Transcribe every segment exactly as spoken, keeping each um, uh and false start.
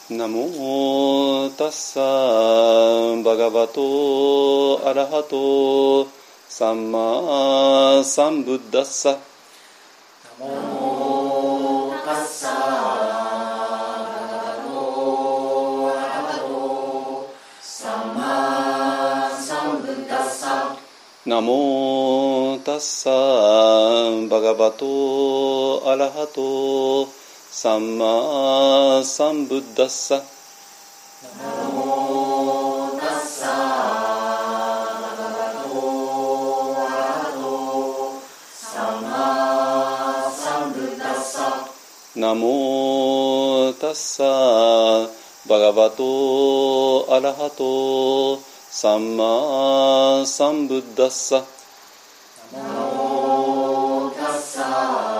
ナモタッサーバガバトアラハトサンマサンブッダッサ。 ナモタッサーバガバトアラハトサンマサンブッダッサ。 ナモタッサーバガバトアラハトサンマサンブッダッサ。 ナモタッサーバガバトアラハトサンマサンブッダッサ。 ナモタッサーバガバトアラハトサンマサンブッダッサ。 ナモタッサー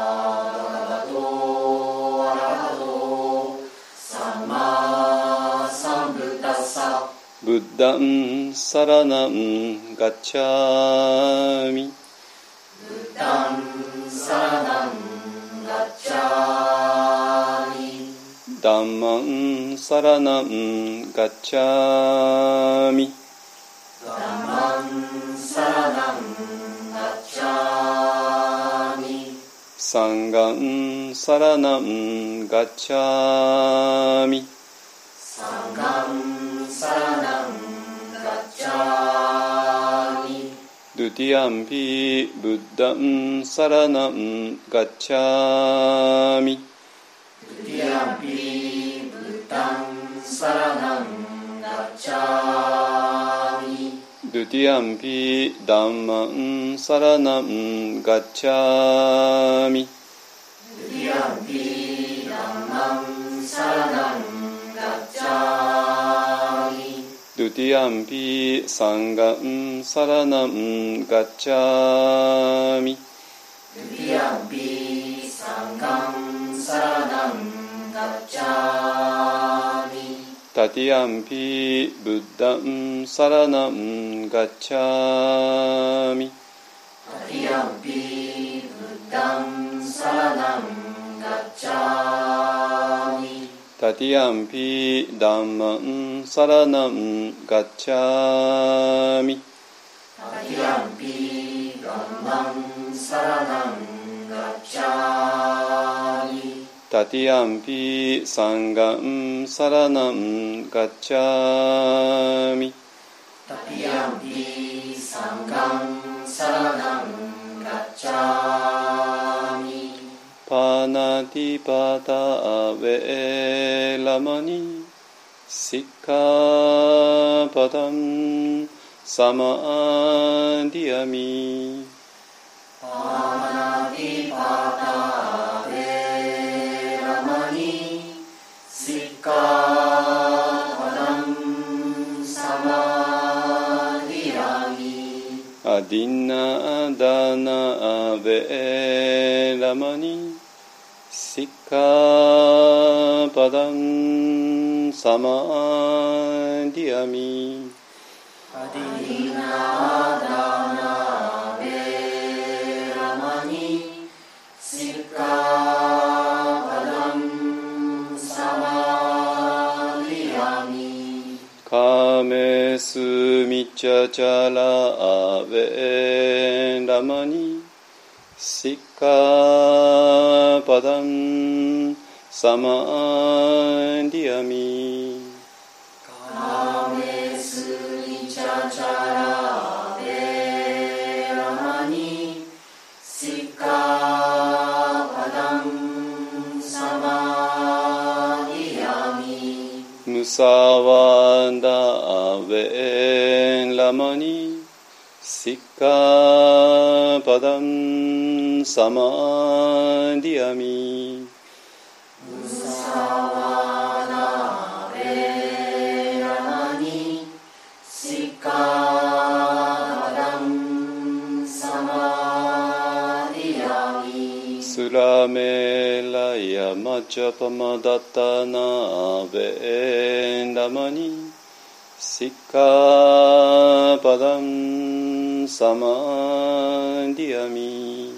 ブッダンサラナンガッチャミ。 ブッダンサラナンガッチャミ。 ダンマンサラナンガッチャミ。 ダンマンサラナンガッチャミ。 サンガンサラナンガッチャミ。 サンガンサラナンガッチャミ。 ドゥティアンピブッダンサラナンガッチャミ。 ドゥティアンピブッダンサラナンガッチャミ。 ドゥティアンピダンマンサラナンガッチャミ。 ドゥティアンピダンマンサラナンガッチャミ。 ドゥティアンピサンガンサラナンガッチャミ。 ドゥティアンピサンガンサラナンガッチャミ。 タティアンピブッダンサラナンガッチャミ。 タティアンピブッダンサラナンガッチャミ。 タティアンピダンマンサラナンガッチャミ。 タティアンピダンマンサラナンガッチャミ。 タティアンピサンガンサラナンガッチャミ。 タティアンピサンガンサラナンガッチャミ。 パナティパタアウェラマニシッカパダンサマディアミ。 パナティパタアウェラマニシッカパダンサマディアミ。 アディナダナアウェラマニシッカパダンサマディアミ。 アディナダナベラマニシッカパダンサマディアミ。 カメスミチャチャラアウェラマニシッカパダンサマディアミ。 カメスミチャチャラベラマニシッカパダンサマディアミ。 ムサワダアウェラマニシッカパダンサマディアミ。 ムサワダベラマニシッカパダンサマディアミ。 スラメラヤマチャパマダタナアウェラマニシッカパダンサマディアミ。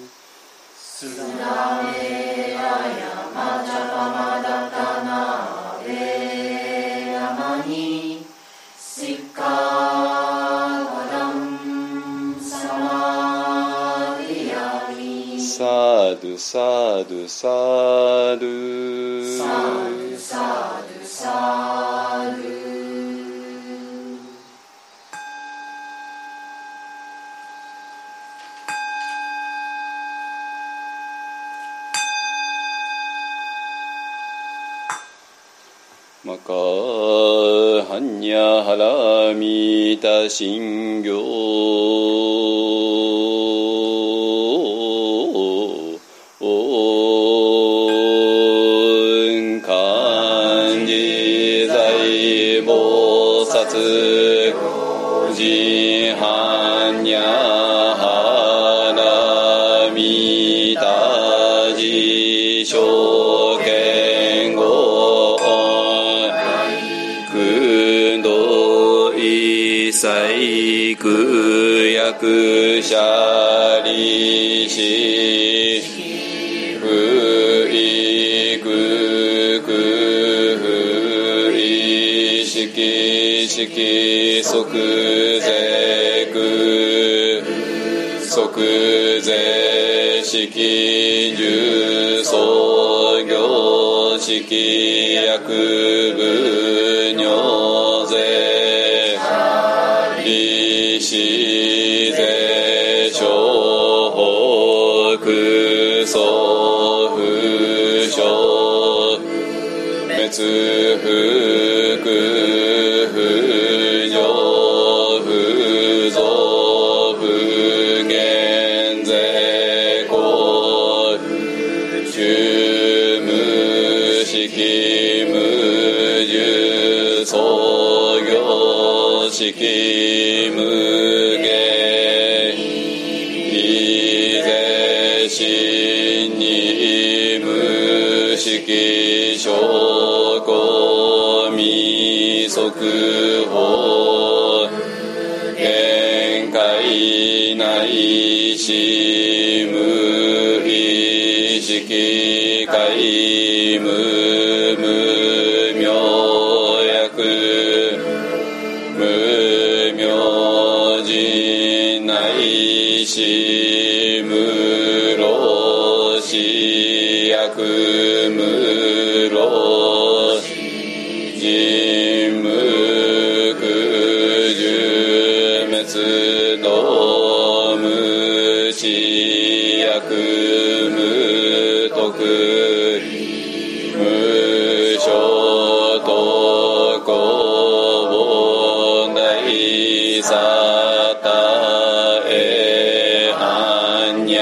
スラメラヤマチャパマダタナベドサドサドサドサドサドマカハンニャハラミタシンギョ漢字在菩薩ジハンニャハラミタジショケンゴ最苦役者利子不意苦不意識識即是苦即是識重創業識薬部尿税自然諸法空想不詳滅福不尿不増不減税公中無識無重創業識無限異是心に無識証拠未速報限界ないし無意識界無無明薬無明人ないし無老死薬無老人無苦十滅道無死薬無徳無所得公大サタエアンニ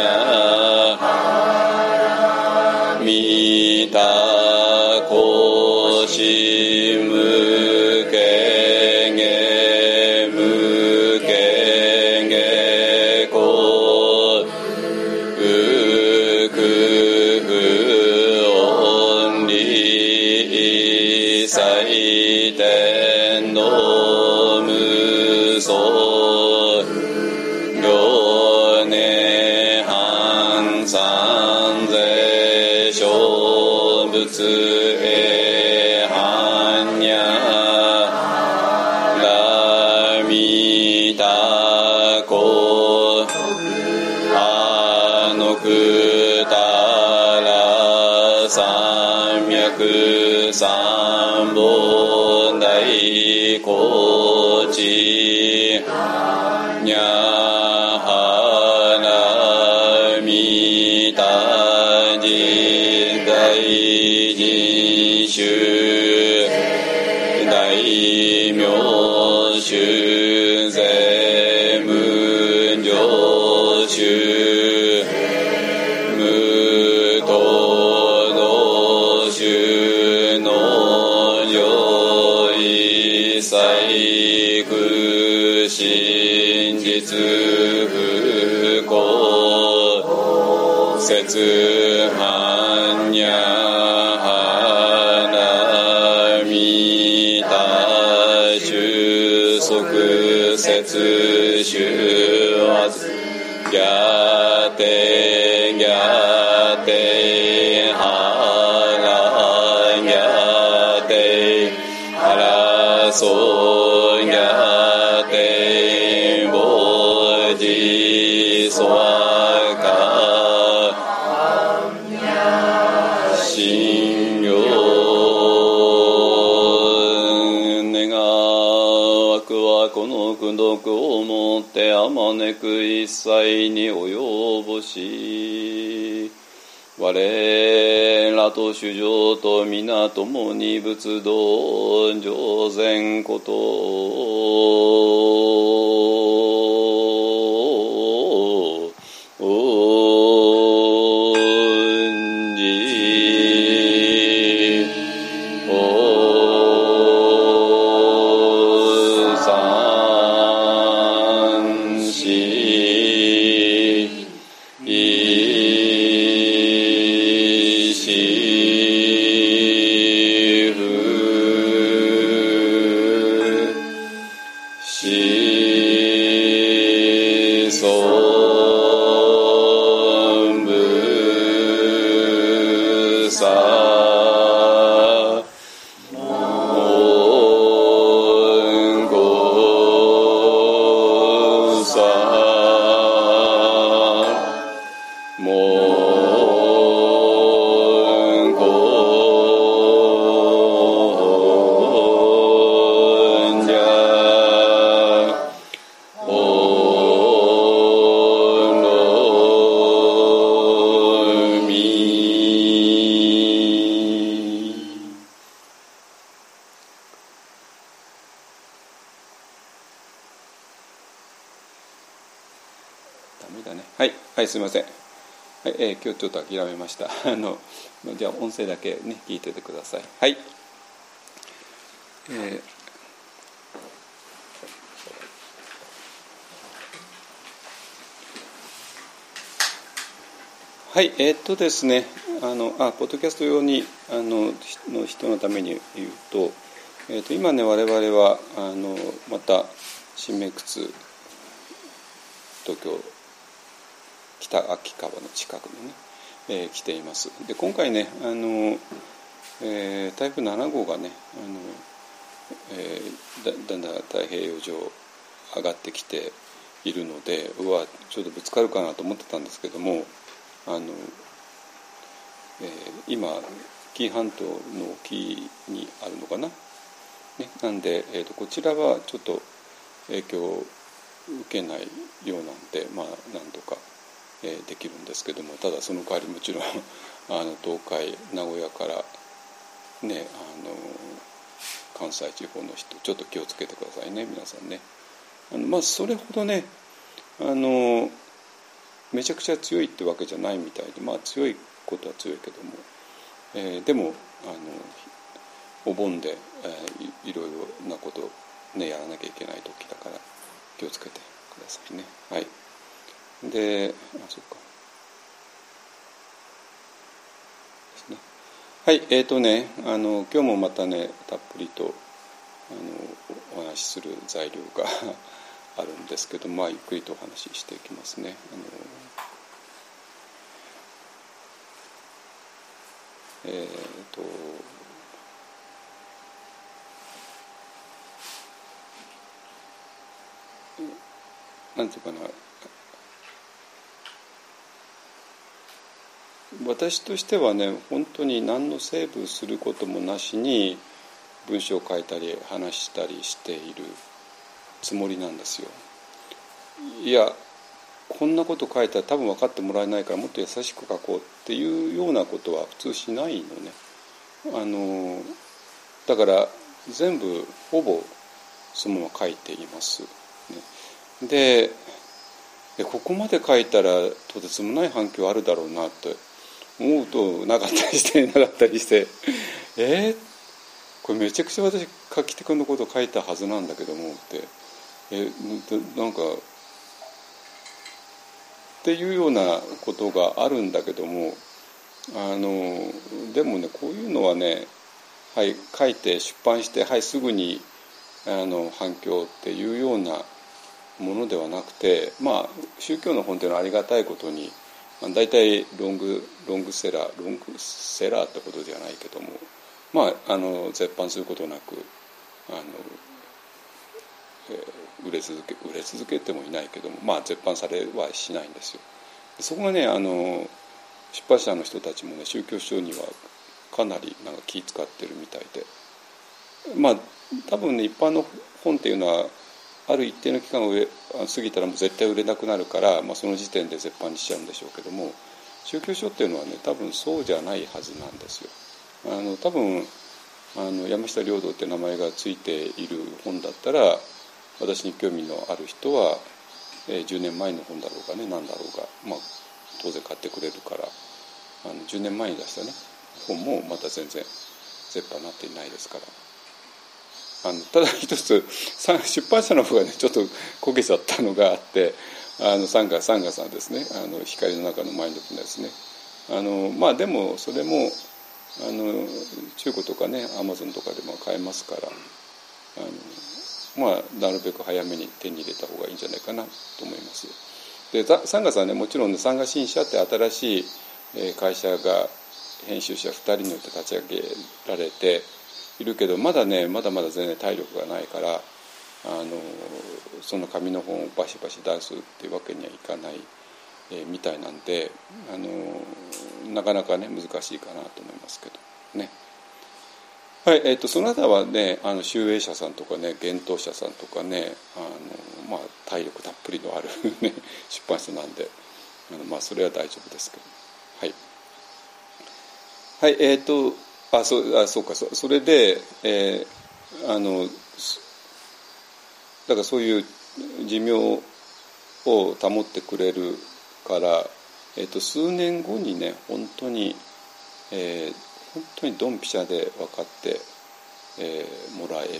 ャミタコシムケゲムケゲコウクフオンリ祭天の無双行年半三世小仏へ般若ラミタコアノクタラ三脈三本大高知ニャハラミタジ大人衆大名衆税無常衆無等の衆の上位最苦真実不幸説般若花見た収束説修圧ギャテギャテハラギャテハラソギャテボジソワカこの功徳をもってあまねく一切に及ぼし、我らと主情と皆共に仏道上善ことをすみません、はいえー、今日ちょっと諦めましたあのじゃあ音声だけね聞いててください。はい、えー、はいえー、っとですねあのあポッドキャスト用にあのの人のために言うと、えー、っと今ね我々はあのまた新明窟東京北秋川の近くにね、えー、来ています。で今回ねあの、えー、台風なな号がねあの、えー、だ, だんだん太平洋上上がってきているのでうわちょっとぶつかるかなと思ってたんですけどもあの、えー、今紀伊半島の沖にあるのかな、ね、なんで、えー、とこちらはちょっと影響を受けないようなんでまあなんとかえー、できるんですけどもただその代わりもちろんあの東海名古屋からねあの関西地方の人ちょっと気をつけてくださいね皆さんね。あのまあそれほどねあのめちゃくちゃ強いってわけじゃないみたいでまあ強いことは強いけども、えー、でもあのお盆で、えー、いろいろなことをねやらなきゃいけない時だから気をつけてくださいね。はいで、あ、そっか。ですね。はい、えーとね、あの今日もまたね、たっぷりとあのお話しする材料があるんですけど、まあゆっくりとお話ししていきますね。あのえーと。なんていうかな。私としてはね本当に何のセーブすることもなしに文章を書いたり話したりしているつもりなんですよ。いやこんなこと書いたら多分分かってもらえないからもっと優しく書こうっていうようなことは普通しないのね。あのだから全部ほぼそのまま書いています、ね、でここまで書いたらとてつもない反響あるだろうなって思うとなかったりしてなかったりしてえー、これめちゃくちゃ私書き手くんのこと書いたはずなんだけどもってえなんかっていうようなことがあるんだけどもあのでもねこういうのはね、はい、書いて出版してはいすぐにあの反響っていうようなものではなくてまあ宗教の本っていうのはありがたいことにだいたいロングロングセラーロングセラーってことじゃないけどもまああの絶版することなくあの、えー、売れ続け売れ続けてもいないけどもまあ絶版されはしないんですよ。そこがねあの出版社の人たちもね宗教書にはかなりなんか気使ってるみたいでまあ多分ね一般の本っていうのはある一定の期間を過ぎたらもう絶対売れなくなるから、まあ、その時点で絶版にしちゃうんでしょうけども、宗教書っていうのはね多分そうじゃないはずなんですよ。あの多分あの山下良道って名前がついている本だったら私に興味のある人は、えー、じゅうねんまえの本だろうがね何だろうが、まあ、当然買ってくれるからあのじゅうねんまえに出したね本もまた全然絶版になっていないですから。あのただ一つ出版社の方がねちょっとこけちゃったのがあって、あのサンガサンガさんですね、あの光の中のマインドフルネスね、あのまあでもそれもあの中古とかねアマゾンとかでも買えますから、あのまあなるべく早めに手に入れた方がいいんじゃないかなと思います。でサンガさんねもちろんねサンガ新社って新しい会社が編集者ふたりによって立ち上げられているけど、まだねまだまだ全然体力がないから、あのその紙の本をバシバシ出すっていうわけにはいかない、えー、みたいなんで、あのなかなかね難しいかなと思いますけどね。はい、えー、とその他はねあの集英社さんとかね幻冬社さんとかね、あの、まあ、体力たっぷりのある、ね、出版社なんで、あの、まあ、それは大丈夫ですけど、はい、はい、えっ、ー、とあそうあそうか そ, それで、えー、あのだからそういう寿命を保ってくれるから、えー、と数年後にね本当に、えー、本当にドンピシャで分かって、えー、もらえる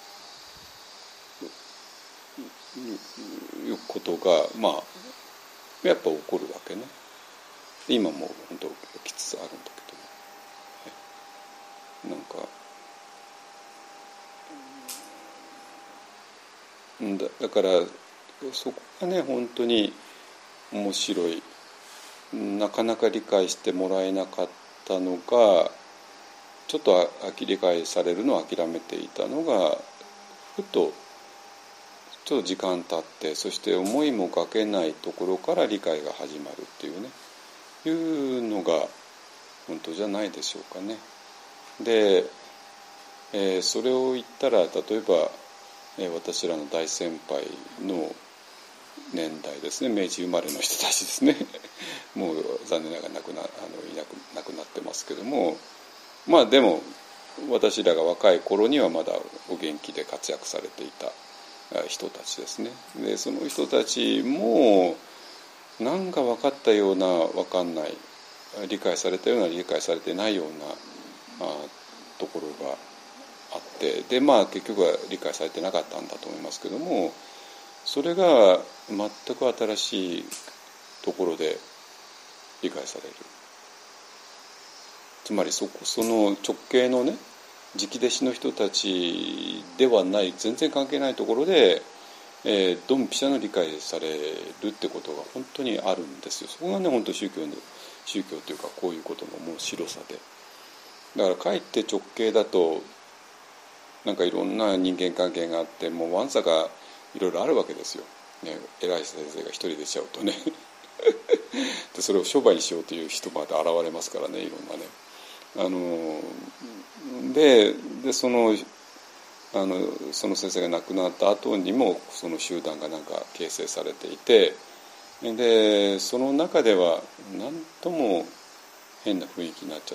いうことがまあやっぱ起こるわけね。今も本当起きつつあるんだけど。なんかだ, だからそこがね本当に面白い。なかなか理解してもらえなかったのがちょっと理解されるのを諦めていたのがふとちょっと時間経って、そして思いもかけないところから理解が始まるっていうねいうのが本当じゃないでしょうかね。で、えー、それを言ったら例えば、えー、私らの大先輩の年代ですね、明治生まれの人たちですねもう残念ながら亡くな、あのいなく亡くなってますけども、まあでも私らが若い頃にはまだお元気で活躍されていた人たちですね。でその人たちもなんか分かったような分かんない、理解されたような理解されてないようなあところがあって、でまあ結局は理解されてなかったんだと思いますけども、それが全く新しいところで理解される。つまり そ, その直系のね直弟子の人たちではない全然関係ないところで、えー、ドンピシャの理解されるってことが本当にあるんですよ。そこがね本当宗教の宗教というかこういうことの面白さで、だからかえって直系だとなんかいろんな人間関係があってもうわんさかいろいろあるわけですよ、ね、偉い先生が一人出ちゃうとねでそれを商売にしようという人まで現れますからね、いろんなね。あので, でそのあのその先生が亡くなった後にもその集団がなんか形成されていて、でその中では何とも変な雰囲気になっちゃって、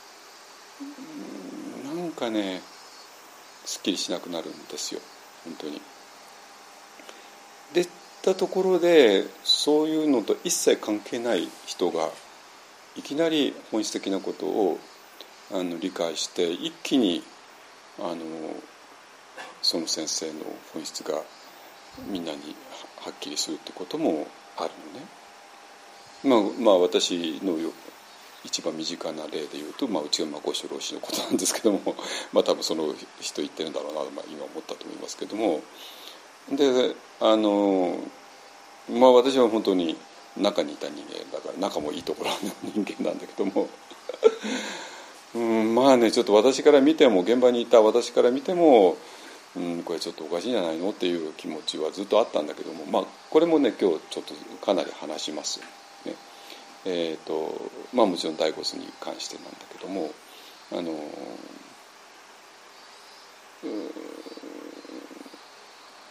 なんかねすっきりしなくなるんですよ本当に。でったところでそういうのと一切関係ない人がいきなり本質的なことをあの理解して一気にあのその先生の本質がみんなにはっきりするってこともあるのね。まあ、まあ私の一番身近な例でいうと、まあ、内山五所老師のことなんですけどもまあ多分その人言ってるんだろうなと、まあ、今思ったと思いますけども、であのまあ私は本当に中にいた人間だから仲もいいところの人間なんだけどもうん、まあねちょっと私から見ても現場にいた私から見ても、うん、これちょっとおかしいんじゃないのっていう気持ちはずっとあったんだけども、まあこれもね今日ちょっとかなり話しますね。えーとまあもちろん大骨に関してなんだけども、あの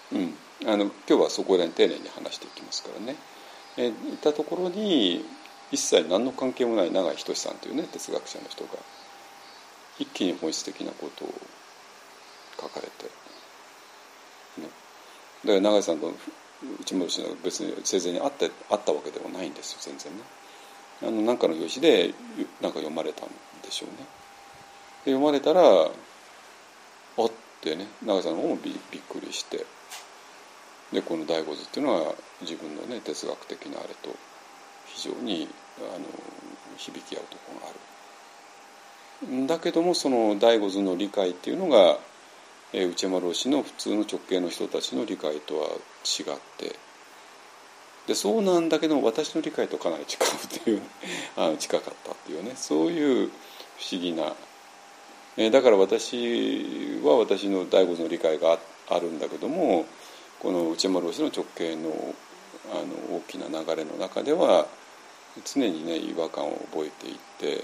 うん、あの今日はそこら辺丁寧に話していきますからね。えー、いったところに一切何の関係もない永井仁さんというね哲学者の人が一気に本質的なことを書かれて、ね、だから永井さんと内村氏は別に生前に会って会ったわけではないんですよ全然ね。あの何かの表紙で何か読まれたんでしょうね。で読まれたらあってね永井さんの方も び, びっくりして、でこの醍醐図っていうのは自分のね哲学的なあれと非常にあの響き合うところがある。だけどもその醍醐図の理解っていうのが、えー、内山老師の普通の直系の人たちの理解とは違って、でそうなんだけども私の理解とかなり近うっていうあの近かったっていうね、そういう不思議な、えー、だから私は私の醍醐図の理解が あ, あるんだけどもこの内山老師の直系の、あの大きな流れの中では常にね違和感を覚えていて、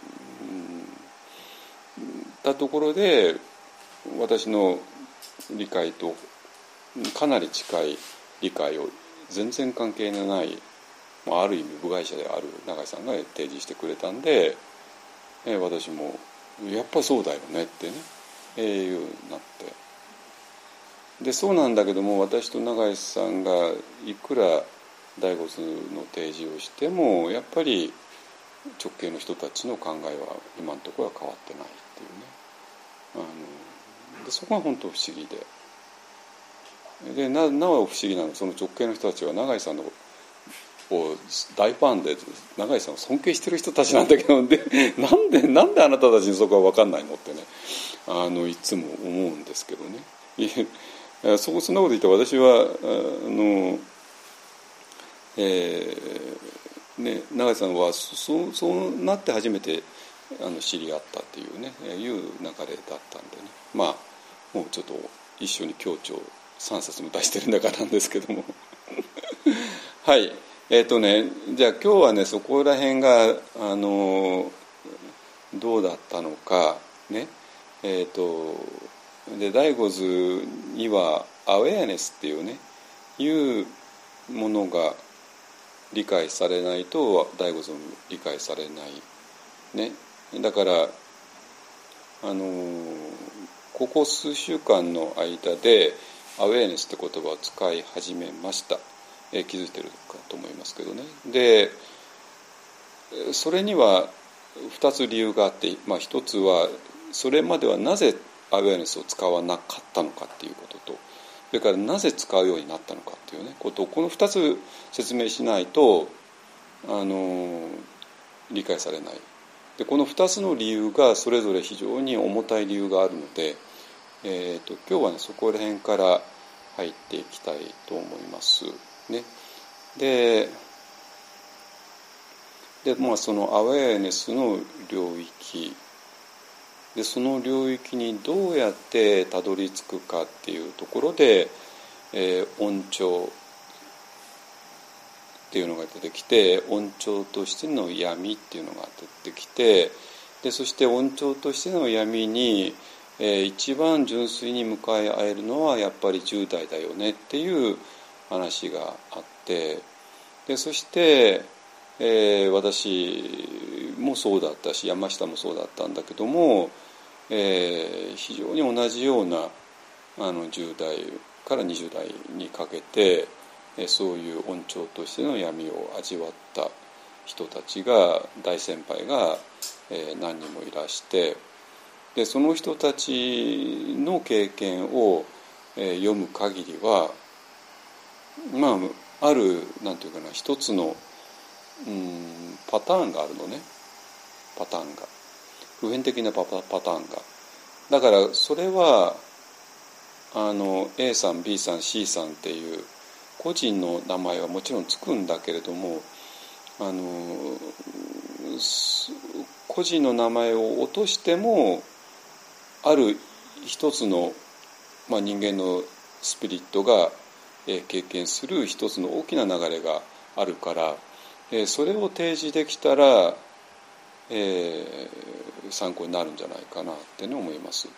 うん、たところで私の理解とかなり近い理解を全然関係のない、ある意味部外者である永井さんが提示してくれたんで、えー、私もやっぱそうだよねってね、えー、いうようになって、でそうなんだけども私と永井さんがいくら醍醐図の提示をしてもやっぱり直系の人たちの考えは今のところは変わってないっていうね、あのでそこが本当不思議で。で な, なお不思議なのはその直系の人たちは永井さんのを大ファンで永井さんを尊敬してる人たちなんだけどでなんでなんであなたたちにそこは分かんないのってね、あのいつも思うんですけどね。いそ, そんなこと言って私はあの、えーね、永井さんは そ, そうなって初めてあの知り合ったっていうねいう流れだったんでね、まあもうちょっと一緒に共著さんさつも出してるんだからなんですけどもはいえっ、ー、とねじゃあ今日はねそこら辺があのどうだったのかね、えっ、ー、とで醍醐図にはアウェアネスっていうねいうものが理解されないと醍醐図も理解されないね。だからあのここ数週間の間でアウェアネスって言葉を使い始めました、えー、気づいてるかと思いますけどね。でそれにはふたつ理由があって、まあ、ひとつはそれまではなぜアウェアネスを使わなかったのかっていうことと、それからなぜ使うようになったのかっていうねことをこのふたつ説明しないとあの理解されない。でこのふたつの理由がそれぞれ非常に重たい理由があるので、えー、と今日はねそこら辺から入っていきたいと思いますね。でで、まあ、そのアウェアネスの領域でその領域にどうやってたどり着くかっていうところで、えー、恩寵っていうのが出てきて恩寵としての闇っていうのが出てきて、でそして恩寵としての闇にえー、一番純粋に向かい合えるのはやっぱりじゅう代だよねっていう話があって、でそして、えー、私もそうだったし山下もそうだったんだけども、えー、非常に同じようなあのじゅう代からにじゅう代にかけて、えー、そういう恩寵としての闇を味わった人たちが大先輩が、えー、何人もいらして、でその人たちの経験を、えー、読む限りはまああるなんていうかな一つの、うん、パターンがあるのね。パターンが普遍的なパ, パターンがだからそれはあの A さん B さん C さんっていう個人の名前はもちろんつくんだけれども、あの個人の名前を落としてもある一つの、まあ、人間のスピリットが、えー、経験する一つの大きな流れがあるから、えー、それを提示できたら、えー、参考になるんじゃないかなって、ね、思います。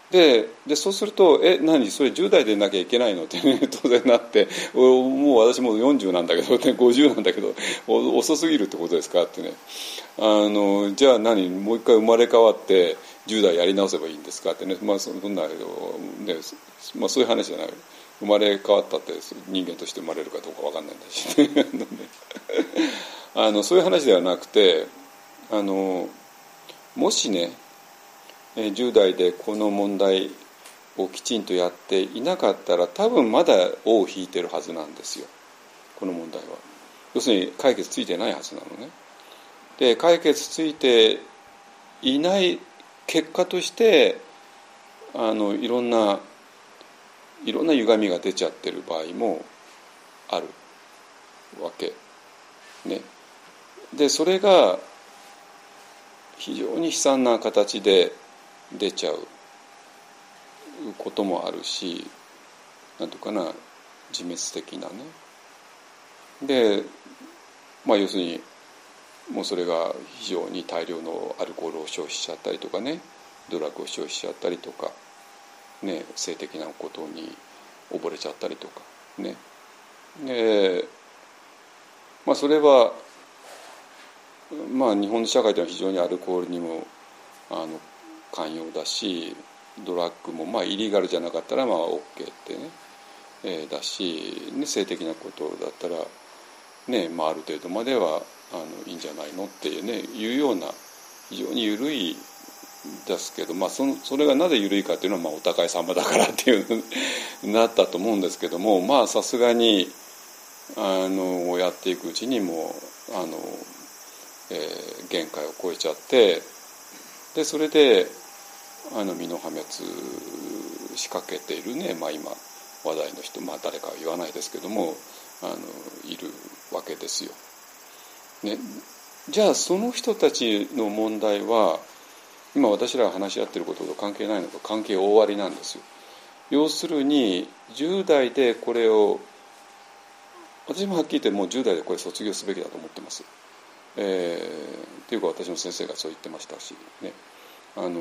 で, でそうするとえ何それじゅう代でなきゃいけないのって、ね、当然なって、もう私もよんじゅうなんだけど、ね、ごじゅうなんだけど遅すぎるってことですかってね、あのじゃあ何もう一回生まれ変わってじゅう代やり直せばいいんですかってね、まあそんな、ねまあ、そういう話じゃない。生まれ変わったって人間として生まれるかどうか分かんないんだし、ね、あのそういう話ではなくて、あのもしねじゅう代でこの問題をきちんとやっていなかったら多分まだ尾を引いてるはずなんですよ、この問題は。要するに解決ついてないはずなのね。で解決ついていない結果としてあのいろんないろんな歪みが出ちゃってる場合もあるわけね。でそれが非常に悲惨な形で出ちゃうこともあるし、なんとかな自滅的なね。で、まあ要するにもうそれが非常に大量のアルコールを消費しちゃったりとかね、ドラッグを消費しちゃったりとか、ね、性的なことに溺れちゃったりとかね。で、まあそれはまあ日本の社会では非常にアルコールにもあの寛容だし、ドラッグもまあイリーガルじゃなかったらまあ OK ってね、えー、だし、ね、性的なことだったらね、まあ、ある程度まではあのいいんじゃないのっていうね、いうような非常に緩いですけど、まあ、そのそれがなぜ緩いかっていうのはまあお互い様だからっていうになったと思うんですけども、まあさすがにあのやっていくうちにもうあの、えー、限界を超えちゃって、でそれであの身の破滅しかけているね、まあ、今話題の人、まあ誰かは言わないですけどもあのいるわけですよ、ね。じゃあその人たちの問題は今私らが話し合っていることと関係ないのか、関係大ありなんですよ。要するにじゅう代でこれを、私もはっきり言ってもうじゅう代でこれ卒業すべきだと思ってます。えー、っていうか私の先生がそう言ってましたしね。あの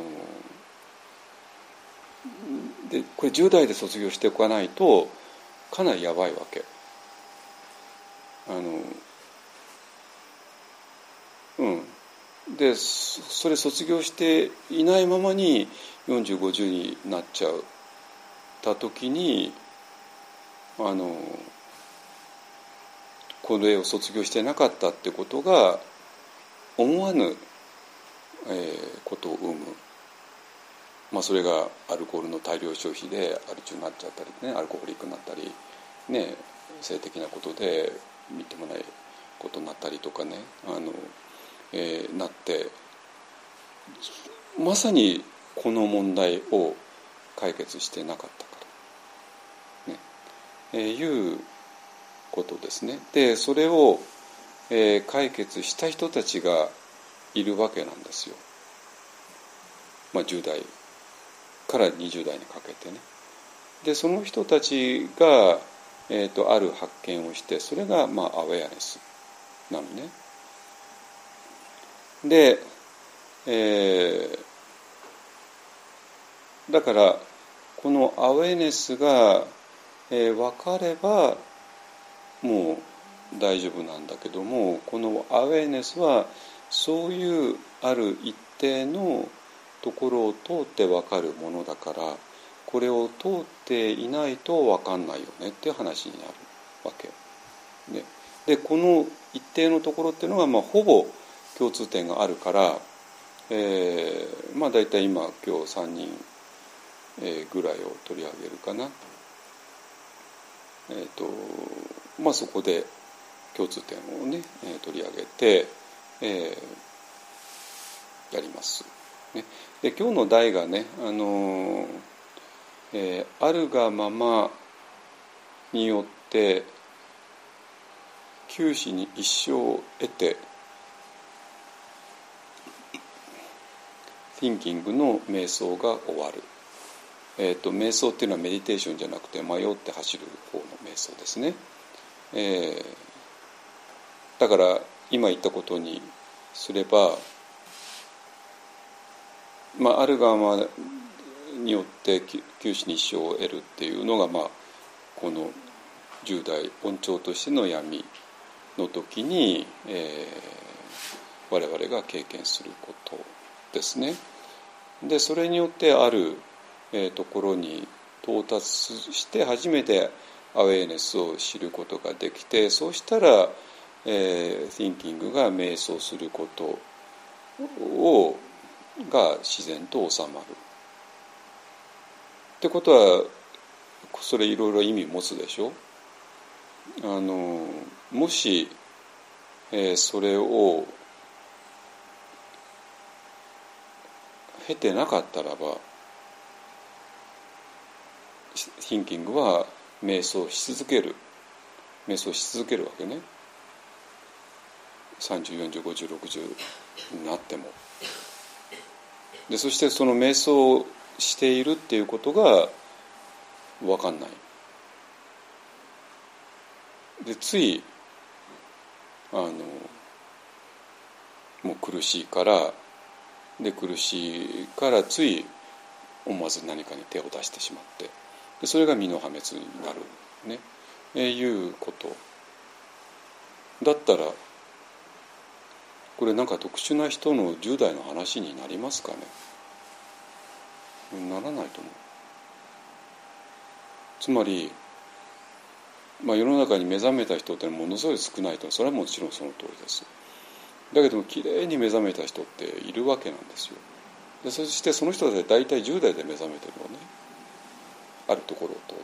でこれじゅう代で卒業しておかないとかなりやばいわけ。あのうんでそれ卒業していないままによんじゅう、ごじゅうになっちゃった時にあのこれを卒業してなかったってことが思わぬ、えー、ことを生む。まあ、それがアルコールの大量消費でアル中になっちゃったり、ね、アルコホリックになったり、ね、性的なことでみっともないことになったりとかね、あの、えー、なってまさにこの問題を解決してなかったから、ねえー、いうことですね。でそれを、えー、解決した人たちがいるわけなんですよ。まあ、じゅう代からにじゅう代にかけてね。でその人たちが、えーと、ある発見をして、それが、まあ、アウェアネスなのね。で、えー、だからこのアウェアネスが、えー、分かればもう大丈夫なんだけども、このアウェアネスはそういうある一定のところを通って分かるものだから、これを通っていないと分かんないよねっていう話になるわけ、ね、でこの一定のところっていうのが、まあ、ほぼ共通点があるから、えー、まあ大体今今日さんにん、えー、ぐらいを取り上げるかな。えーとまあ、そこで共通点をね、えー、取り上げて、えー、やります。ね、で今日の題がね、あのーえー、あるがままによって九死に一生を得てThinking の瞑想が終わる。えーと、瞑想っていうのはメディテーションじゃなくて迷って走る方の瞑想ですね。えー、だから今言ったことにすれば、まあ、あるがまによって九死に一生を得るっていうのが、まあ、この十代恩寵としての闇の時に、えー、我々が経験することですね。でそれによってある、えー、ところに到達して初めてアウェーネスを知ることができて、そうしたら、えー、Thinking が瞑想することをが自然と収まるってことは、それいろいろ意味持つでしょ。あのもし、えー、それを経てなかったらば、Thinking は瞑想し続ける瞑想し続けるわけね。さんじゅう、よんじゅう、ごじゅう、ろくじゅうになっても。でそしてその瞑想しているっていうことが分かんない。でついあのもう苦しいからで苦しいからつい思わず何かに手を出してしまって、でそれが身の破滅になるね、えー、いうことだったら、これなんか特殊な人のじゅう代の話になりますかね。ならないと思う。つまり、まあ、世の中に目覚めた人ってものすごい少ないと、それはもちろんその通りです。だけどもきれいに目覚めた人っているわけなんですよ。でそしてその人たち大体じゅう代で目覚めてるのね、あるところを通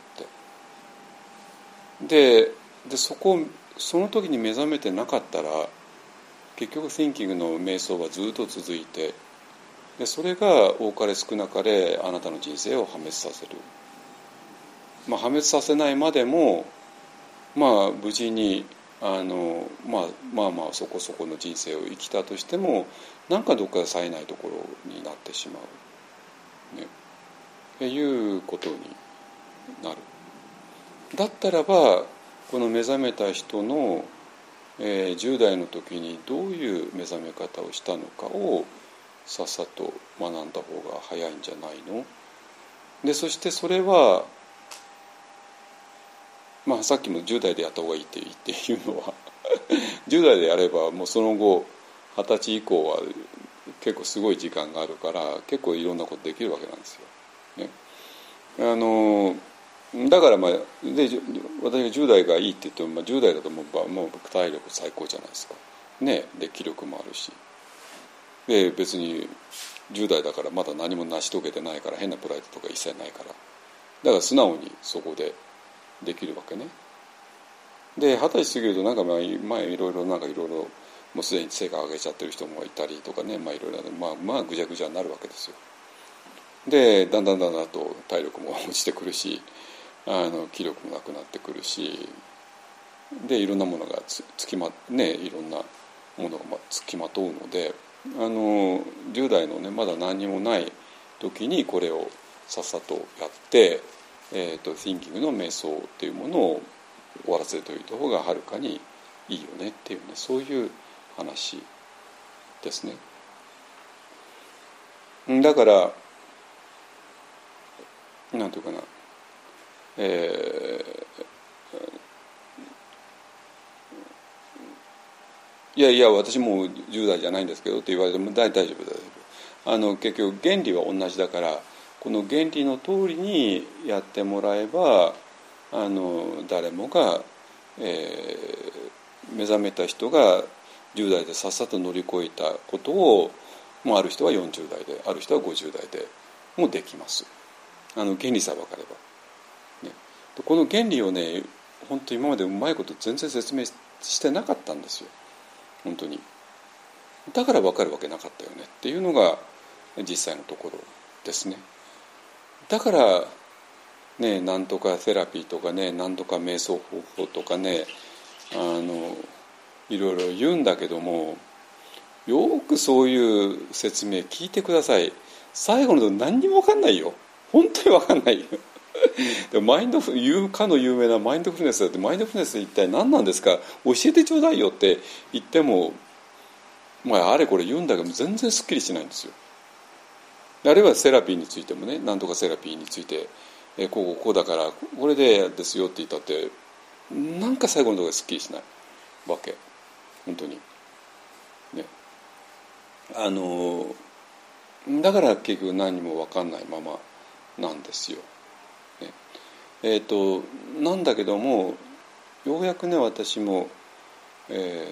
って。ででそこその時に目覚めてなかったら結局 Thinking の瞑想はずっと続いて、でそれが多かれ少なかれあなたの人生を破滅させる。まあ、破滅させないまでも、まあ、無事にあの、まあ、まあまあそこそこの人生を生きたとしても、なんかどっかで冴えないところになってしまう、ね、っていうことになる。だったらばこの目覚めた人の、えー、じゅう代の時にどういう目覚め方をしたのかをさっさと学んだ方が早いんじゃないの。でそしてそれはまあ、さっきもじゅう代でやった方がいいっていうのはじゅう代でやればもうその後はたち以降は結構すごい時間があるから結構いろんなことできるわけなんですよ、ね、あのだからまあで私がじゅう代がいいって言っても、まあ、じゅう代だともう、もう体力最高じゃないですか、ね、で気力もあるし、で別にじゅう代だからまだ何も成し遂げてないから変なプライドとか一切ないから、だから素直にそこでできるわけね。で二十歳過ぎるとなんか前いろいろなんかいろいろもうすでに成果を上げちゃってる人もいたりとかね、まあいろいろまあまあぐちゃぐちゃになるわけですよ。でだんだんだんだんと体力も落ちてくるし、あの気力もなくなってくるし、でいろんなものがつつきまねいろんなものがつきまとうので、あのじゅう代のねまだ何にもない時にこれをさっさとやって。えーと、Thinking の瞑想っていうものを終わらせておいた方がはるかにいいよねっていうね、そういう話ですね。だからなんていうかな、えー、いやいや私もうじゅう代じゃないんですけどって言われても大丈夫大丈夫。あの結局原理は同じだから、この原理の通りにやってもらえばあの誰もが、えー、目覚めた人がじゅう代でさっさと乗り越えたことをもうある人はよんじゅう代である人はごじゅう代でもできます。あの原理さえ分かれば、ね、この原理をね本当今までうまいこと全然説明してなかったんですよ本当に。だから分かるわけなかったよねっていうのが実際のところですね。だからね、なんとかセラピーとかね、なんとか瞑想方法とかね、あのいろいろ言うんだけども、よくそういう説明聞いてください。最後のと何にも分かんないよ。本当に分かんないよ。でもマインドフルかの有名なマインドフルネスだって、マインドフルネスって一体何なんですか、教えてちょうだいよって言っても、まあ、あれこれ言うんだけど全然すっきりしないんですよ。 あるいはセラピーについてもね、なんとかセラピーについて、えー、こうこうこうだからこれでですよって言ったってなんか最後のところですっきりしないわけ、本当にね。あのだから結局何も分かんないままなんですよ、ね。えっとなんだけどもようやくね私も、え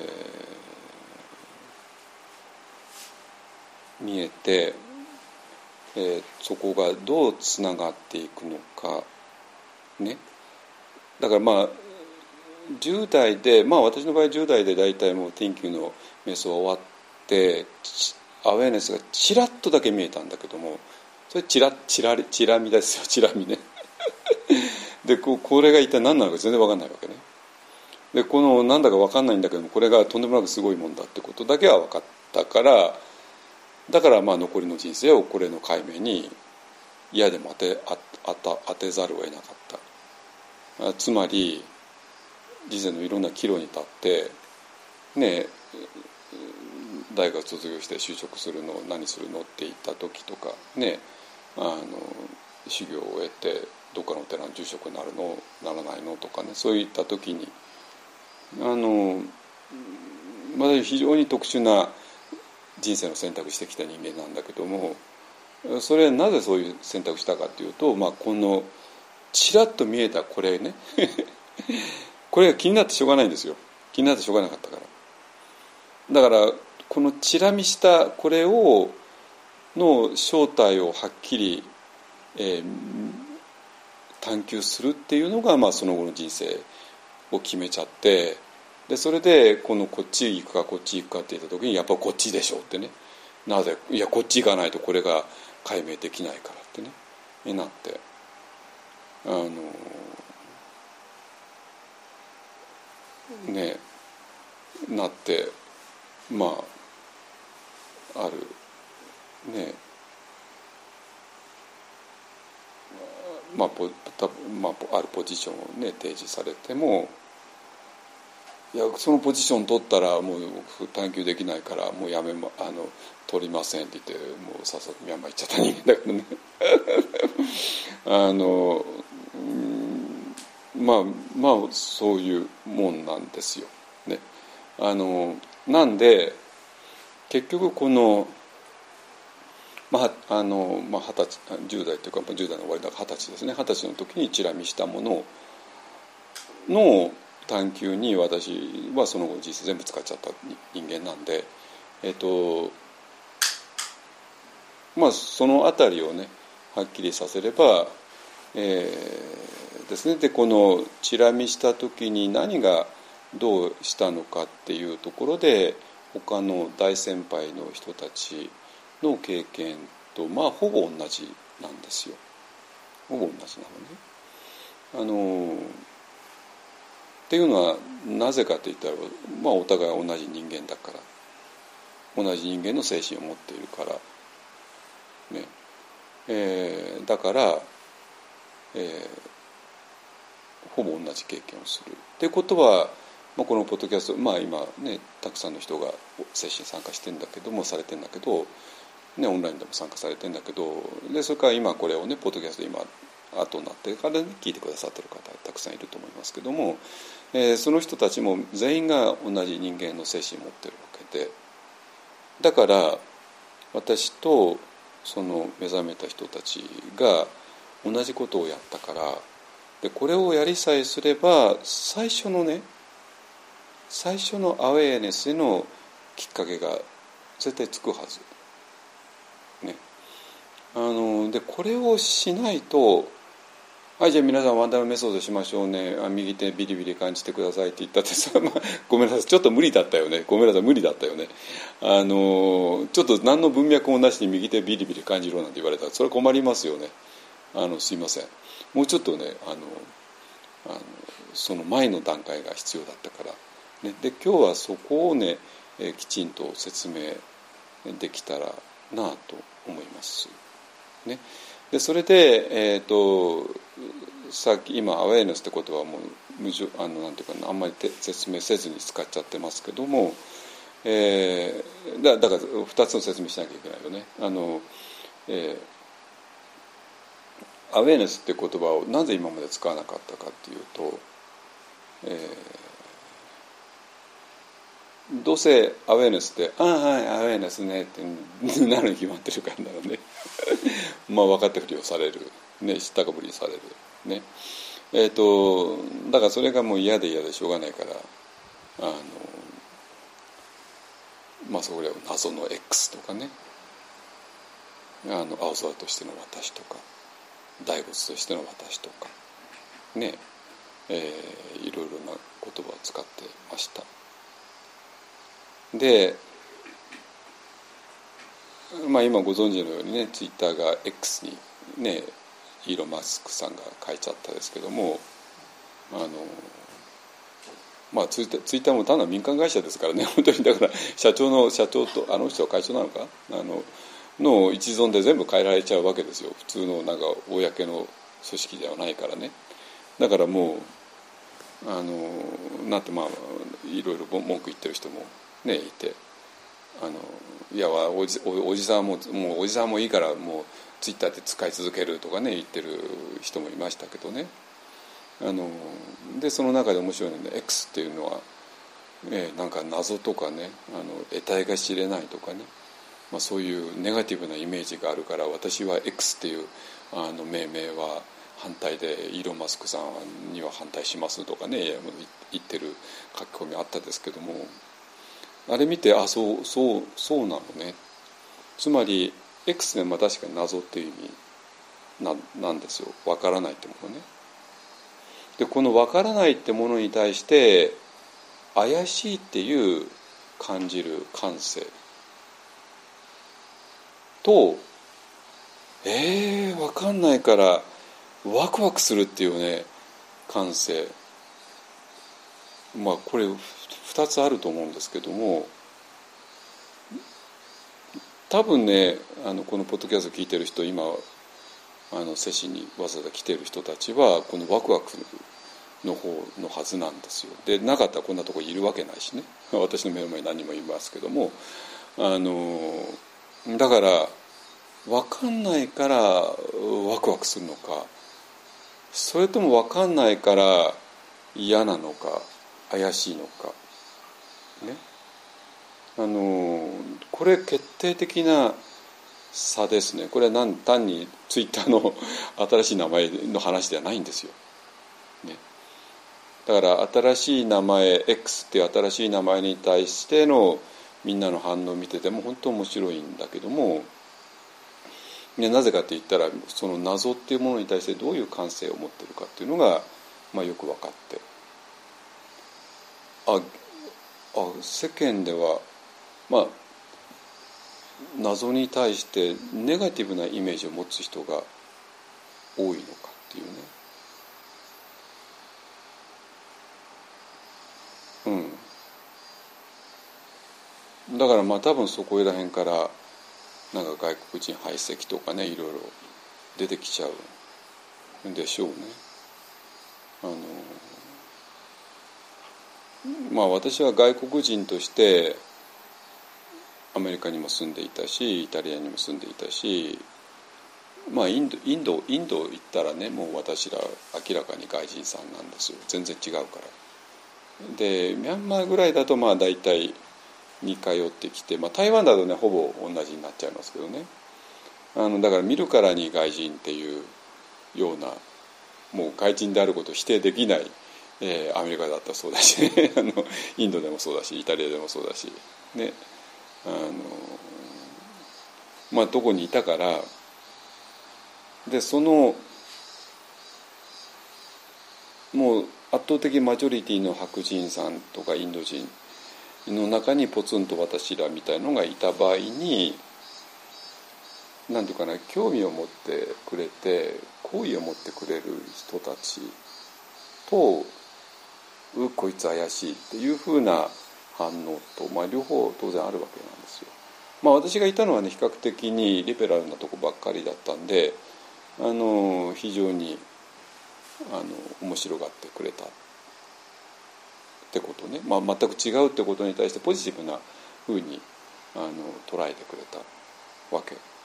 ー、見えて、えー、そこがどうつながっていくのかね。だからまあじゅう代で、まあ私の場合じゅう代で大体もう天球の瞑想終わってアウェーネスがチラッとだけ見えたんだけども、それチラチラチラ見ですよ、チラ見ねで こ, これが一体何なのか全然分かんないわけね。でこのなんだか分かんないんだけどもこれがとんでもなくすごいもんだってことだけは分かったから、だからまあ残りの人生をこれの解明に嫌でも当て、当て、当てざるを得なかった。つまり人生のいろんな岐路に立ってね、大学卒業して就職するの何するのって言った時とかね、あの修行を終えてどっかのお寺の住職になるのならないのとかね、そういった時にあのまだ非常に特殊な人生の選択してきた人間なんだけども、それはなぜそういう選択したかというと、まあ、このちらっと見えたこれねこれが気になってしょうがないんですよ。気になってしょうがなかったから。だからこのチラ見したこれをの正体をはっきり、えー、探求するっていうのが、まあ、その後の人生を決めちゃって、でそれでこのこっち行くかこっち行くかって言った時にやっぱこっちでしょうってね、なぜいやこっち行かないとこれが解明できないからってねになって、あのねなってまああるねまあ、ポまあ、あるポジションをね提示されても、いやそのポジション取ったらもう探求できないからもうやめまあの取りませんって言ってもうさっさとミャンマー行っちゃった人間だからねあの、うん、まあまあそういうもんなんですよね。あのなんで結局このまああのまあ、はたちじゅう代というかじゅう代の終わりだからはたちですね、はたちの時にチラ見したものの探求に私はその後の人生全部使っちゃった人間なんで、えっとまあそのあたりをねはっきりさせれば、えー、ですね。でこのチラ見した時に何がどうしたのかっていうところで他の大先輩の人たちの経験とまあほぼ同じなんですよ。ほぼ同じなのね。あのっていうのはなぜかといったら、まあ、お互い同じ人間だから、同じ人間の精神を持っているからね、えー、だから、えー、ほぼ同じ経験をするっていうことは、まあ、このポッドキャスト、まあ今ねたくさんの人が精神参加してるんだけどもされてるんだけどね、オンラインでも参加されてるんだけど、でそれから今これをねポッドキャスト今後になってから、ね、聞いてくださってる方たくさんいると思いますけども、えー、その人たちも全員が同じ人間の精神を持ってるわけで、だから私とその目覚めた人たちが同じことをやったから、でこれをやりさえすれば最初のね最初のアウェーネスへのきっかけが絶対つくはずね。あのでこれをしないと、はいじゃあ皆さんワンダーメソードしましょうね、あ右手ビリビリ感じてくださいって言ったってさ、まあ、ごめんなさいちょっと無理だったよねごめんなさい無理だったよね。あのちょっと何の文脈もなしに右手ビリビリ感じろなんて言われたらそれ困りますよね。あのすいません、もうちょっとねあのあのその前の段階が必要だったから、ね、で今日はそこをね、えー、きちんと説明できたらなと思います、ね、でそれで、えー、とさっき今アウェーネスってことはもう無あのなんていうかなあんまり説明せずに使っちゃってますけども、えー、だ, だからふたつの説明しなきゃいけないよね。あのえー、アウェーネスって言葉をなぜ今まで使わなかったかっていうと、えー、どうせアウェーネスってああはいアウェーネスねってなるに決まってるからなのねまあ分かったふりをされる、ね、知ったかぶりされるね。えーとだからそれがもう嫌で嫌でしょうがないからあのまあそれを謎の X とかね、あの青空としての私とか大仏としての私とかね、えー、いろいろな言葉を使ってました。で、まあ今ご存知のようにねツイッターが X にねイーロン・マスクさんが書いちゃったですけども、あのまあツイッター、ツイッターも単なる民間会社ですからね、本当にだから社長の社長とあの人は会長なのかあのの一存で全部変えられちゃうわけですよ。普通のなんか公の組織ではないからね。だからもうあのなんてまあいろいろ文句言ってる人もねいて、あのいやおじ、おじさんももうおじさんもいいからもうツイッターで使い続けるとかね言ってる人もいましたけどね。あのでその中で面白いので X っていうのは、えー、なんか謎とかねあの得体が知れないとかね、まあ、そういうネガティブなイメージがあるから私は X っていうあの命名は反対でイーロン・マスクさんには反対しますとかね言ってる書き込みあったですけども、あれ見てあそうそうそうなのね。つまり X でまあ確かに謎っていう意味 な, なんですよ。わからないってものね。でこのわからないってものに対して怪しいっていう感じる感性とえー、わかんないからワクワクするっていうね感性、まあこれふたつあると思うんですけども、多分ねあのこのポッドキャスト聞いてる人今あのセシにわざわざ来てる人たちはこのワクワクの方のはずなんですよ。でなかったらこんなとこいるわけないしね私の目の前に何人もいますけども、あのだから分かんないからワクワクするのか、それとも分かんないから嫌なのか怪しいのかね、あのこれ決定的な差ですね。これは単にツイッターの新しい名前の話ではないんですよ、ね、だから新しい名前 X っていう新しい名前に対してのみんなの反応を見てても本当面白いんだけども、なぜかって言ったらその謎っていうものに対してどういう感性を持っているかっていうのが、まあ、よく分かって、ああ世間ではまあ謎に対してネガティブなイメージを持つ人が多いのかっていうね、うん、だからまあ多分そこら辺からなんか外国人排斥とかねいろいろ出てきちゃうんでしょうね。あのまあ私は外国人としてアメリカにも住んでいたしイタリアにも住んでいたし、まあインドインドインド行ったらねもう私ら明らかに外人さんなんですよ。全然違うから。でミャンマーぐらいだとまあ大体に通ってきて、まあ、台湾だとねほぼ同じになっちゃいますけどね、あのだから見るからに外人っていうようなもう外人であることを否定できない、えー、アメリカだったらそうだし、ね、あのインドでもそうだしイタリアでもそうだしね、あのまあどこにいたからでそのもう圧倒的マジョリティの白人さんとかインド人の中にポツンと私らみたいのがいた場合に何ていうかな興味を持ってくれて好意を持ってくれる人たちとうこいつ怪しいっていうふうな反応と、まあ、両方当然あるわけなんですよ。まあ私がいたのはね比較的にリベラルなとこばっかりだったんであの非常にあの面白がってくれたってことね、まあ、全く違うってことに対してポジティブなふうにあの捉えてくれたわけ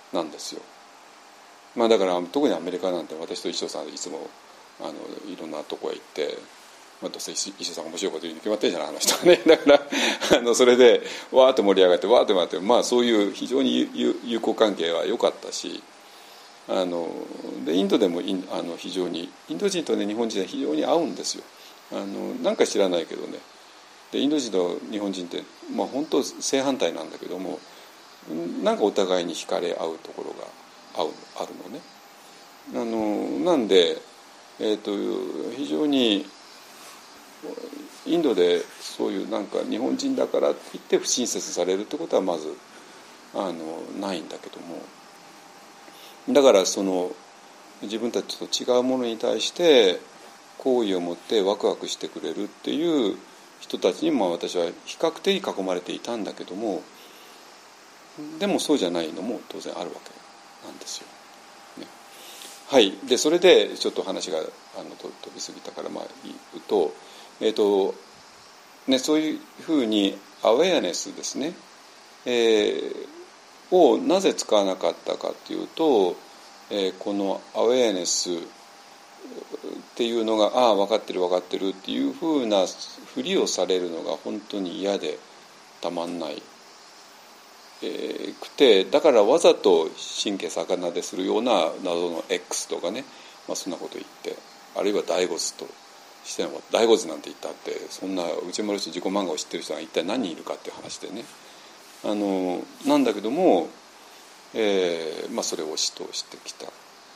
なんですよ。まあ、だから特にアメリカなんて私と一緒さんいつもあのいろんなとこへ行って、まあ、どうせ一緒さん面白いこと言うに決まってるじゃないあの人はね。だからあのそれでわーっと盛り上がってわーっと回って、まあ、そういう非常に友好関係は良かったし、あのでインドでもインあの非常にインド人と、ね、日本人は非常に合うんですよ。あのなんか知らないけどね。でインド人と日本人って、まあ、本当正反対なんだけども、なんかお互いに惹かれ合うところが合うあるのね。あのなんで、えー、と非常にインドでそういうなんか日本人だからって言って不親切されるってことはまずあのないんだけども、だからその自分たちと違うものに対して好意を持ってワクワクしてくれるっていう人たちにも私は比較的囲まれていたんだけども、でもそうじゃないのも当然あるわけなんですよ、ね。はい。でそれでちょっと話があの飛び過ぎたからまあ言うと、えっとね、そういうふうにアウェアネスですね、えー、をなぜ使わなかったかっていうと、えー、このアウェアネスっていうのがああ分かってる分かってるっていうふうなふりをされるのが本当に嫌でたまんない、えー、くて、だからわざと神経逆なでするような謎の X とかね、まあ、そんなこと言って、あるいは大骨としても大骨なんて言ったってそんな内村氏自己漫画を知ってる人が一体何人いるかっていう話でね、あのなんだけども、えーまあ、それを指導してきた。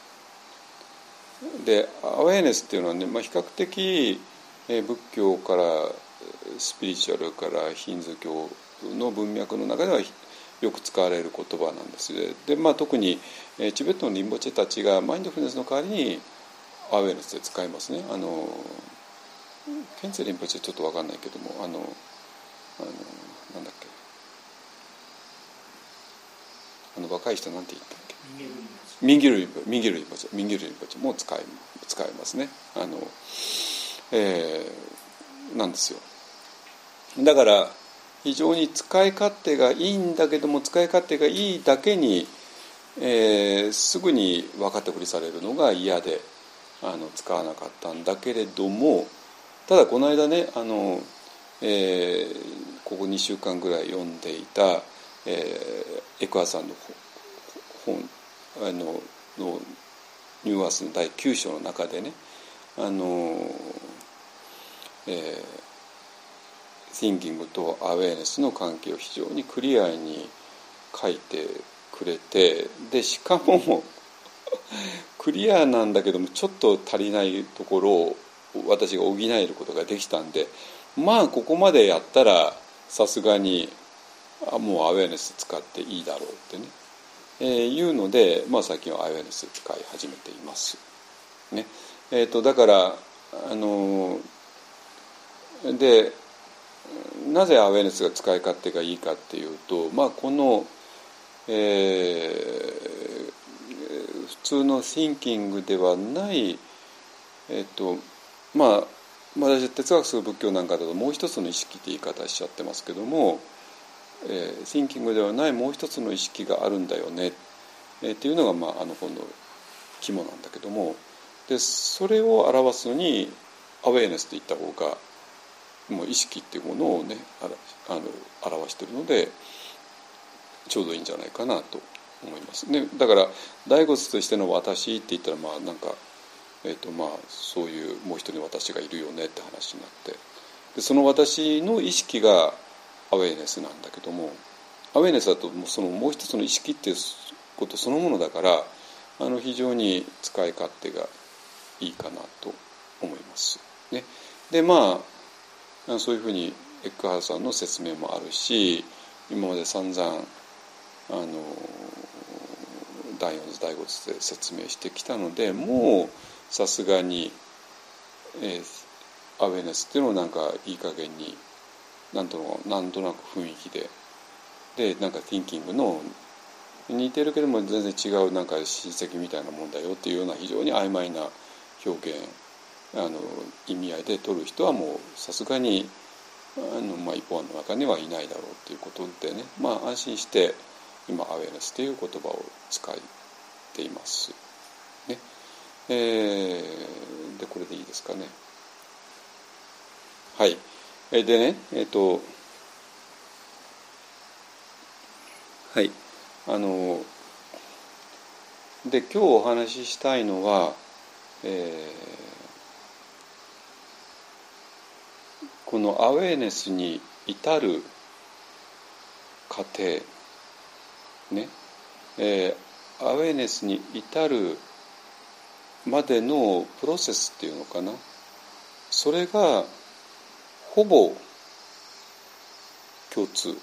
でアウェアネスっていうのはね、まあ、比較的、えー、仏教からスピリチュアルからヒンズー教の文脈の中ではよく使われる言葉なんです。で、まあ、特に、えー、チベットのリンボチェたちがマインドフルネスの代わりにアウェアネスで使いますね。あのケンツェリンポチェちょっと分かんないけども、あのあのなんだっけ、あの若い人なんて言ったっけ、ミンギルリンポチェ、ミンギルリンポチェ、ミンギルリンポチェも使い使いますね。あの、えー、なんですよ。だから非常に使い勝手がいいんだけども、使い勝手がいいだけに、えー、すぐに分かってくりされるのが嫌であの使わなかったんだけれども、ただこの間ね、あの、えー、ここにしゅうかんぐらい読んでいた、えー、エクアさんの本あののニューアースのだいきゅう章の中でね、あの、えー、Thinking と Awareness の関係を非常にクリアに書いてくれて、でしかもクリアなんだけどもちょっと足りないところを私が補えることができたんで、まあここまでやったらさすがにもうアウェアネス使っていいだろうってね、えー、いうので、まあ、最近はアウェアネス使い始めています、ね。えー、とだからあのでなぜアウェアネスが使い勝手がいいかっていうと、まあ、この、えー、普通の Thinking ではない、えーとまあ、私哲学する仏教なんかだともう一つの意識って言い方しちゃってますけども、えー、Thinking ではないもう一つの意識があるんだよね、えー、っていうのが、まあ、あの本の肝なんだけども、でそれを表すのにアウェアネスって言った方がもう意識っていうものをねあの表しているのでちょうどいいんじゃないかなと思いますね。だから大骨としての私って言ったらまあなんかえーとまあ、そういうもう一人の私がいるよねって話になって、でその私の意識がアウェイネスなんだけども、アウェイネスだともうそのもう一つの意識っていうことそのものだからあの非常に使い勝手がいいかなと思います、ね。でまあそういうふうにエックハウさんの説明もあるし、今まで散々あの第四図第五図で説明してきたので、もうさすがに、えー、アウェアネスっていうのをなんかいい加減になんとなんとなく雰囲気ででなんか Thinking の似てるけども全然違うなんか親戚みたいなもんだよっていうような非常に曖昧な表現あの意味合いで取る人はもうさすがにあの、まあ、一般の中にはいないだろうということでね、まあ安心して今アウェーネスという言葉を使っています、ねえー、でこれでいいですかね。はい。でねえっ、ー、とはいあので今日お話ししたいのは、えー、このアウェーネスに至る過程ね、えー、アウェーネスに至るまでのプロセスっていうのかな、それがほぼ共通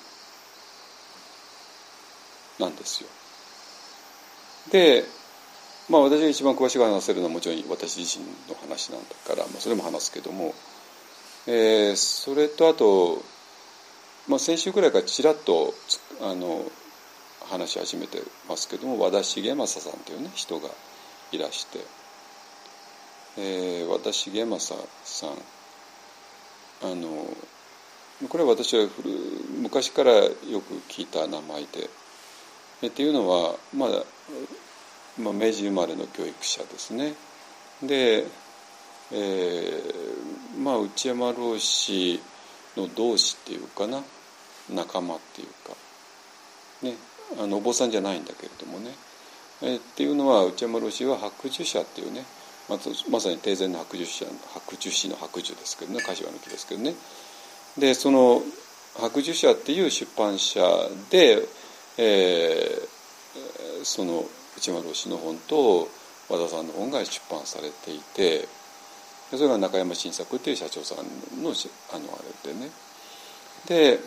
なんですよ。で、まあ私が一番詳しく話せるのはもちろん私自身の話なんだから、まあ、それも話すけども、えー、それとあと、まあ、先週くらいからちらっとあの話し始めてますけども、和田重正さんというね人がいらして、えー、和田重正さん、あのこれは私は古昔からよく聞いた名前で、えっていうのは、まあまあ、明治生まれの教育者ですね。で、えー、まあ内山老師の同志っていうかな、仲間っていうかね、あのお坊さんじゃないんだけれどもね、えー、っていうのは内山老師は白寿者っていうね、ま, まさに帝前の白寿者白寿師の白寿ですけどね、柏の木ですけどね。でその白寿者っていう出版社で、えー、その内山老師の本と和田さんの本が出版されていて、それが中山新作っていう社長さんの あのあれでね、で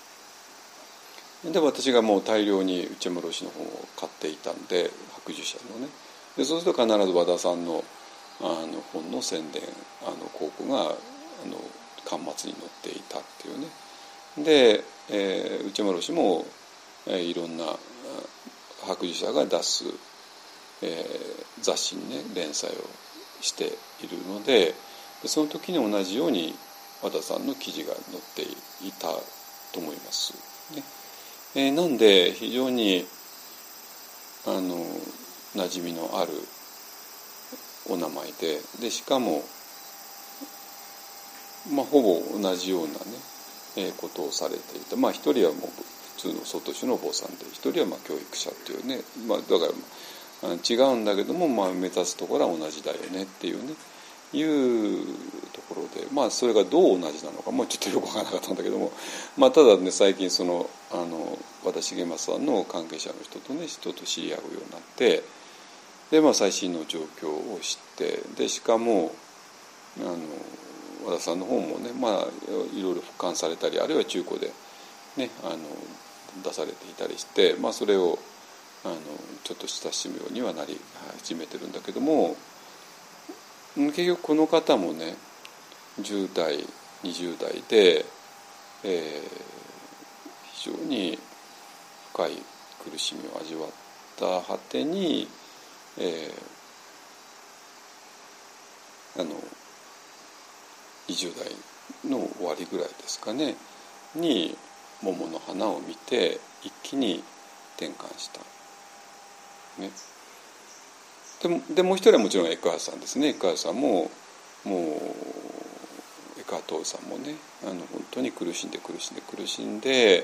で私がもう大量に内山老師の本を買っていたんで、白寿者のね、でそうすると必ず和田さんのあの本の宣伝あの広告があの巻末に載っていたっていうね。で、えー、内山老師も、えー、いろんな白寿者が出す、えー、雑誌にね連載をしているので、でその時に同じように和田さんの記事が載っていたと思いますね。えー、なんで非常にあの馴染みのあるお名前で、でしかも、まあ、ほぼ同じようなね、えー、ことをされていた。まあ一人はもう普通の外州のお坊さんで、一人はまあ教育者っていうね、まあ、だから違うんだけども、まあ、目指すところは同じだよねっていうねいうところで、まあそれがどう同じなのかもうちょっとよく分からなかったんだけども、まあただね最近そのあの和田重正さんの関係者の人とね人と知り合うようになって、でまあ最新の状況を知って、でしかもあの和田さんの方もね、まあいろいろ復刊されたり、あるいは中古でねあの出されていたりして、まあそれをあのちょっと親しむようにはなり始めてるんだけども、結局この方もねじゅう代にじゅう代で、えー、非常に深い苦しみを味わった果てに、えー、あのにじゅう代の終わりぐらいですかねに桃の花を見て一気に転換した、ね、でもでもう一人はもちろんエッカーさんですね。エッカーさんももうエッカートーさんもねあの本当に苦しんで苦しんで苦しんで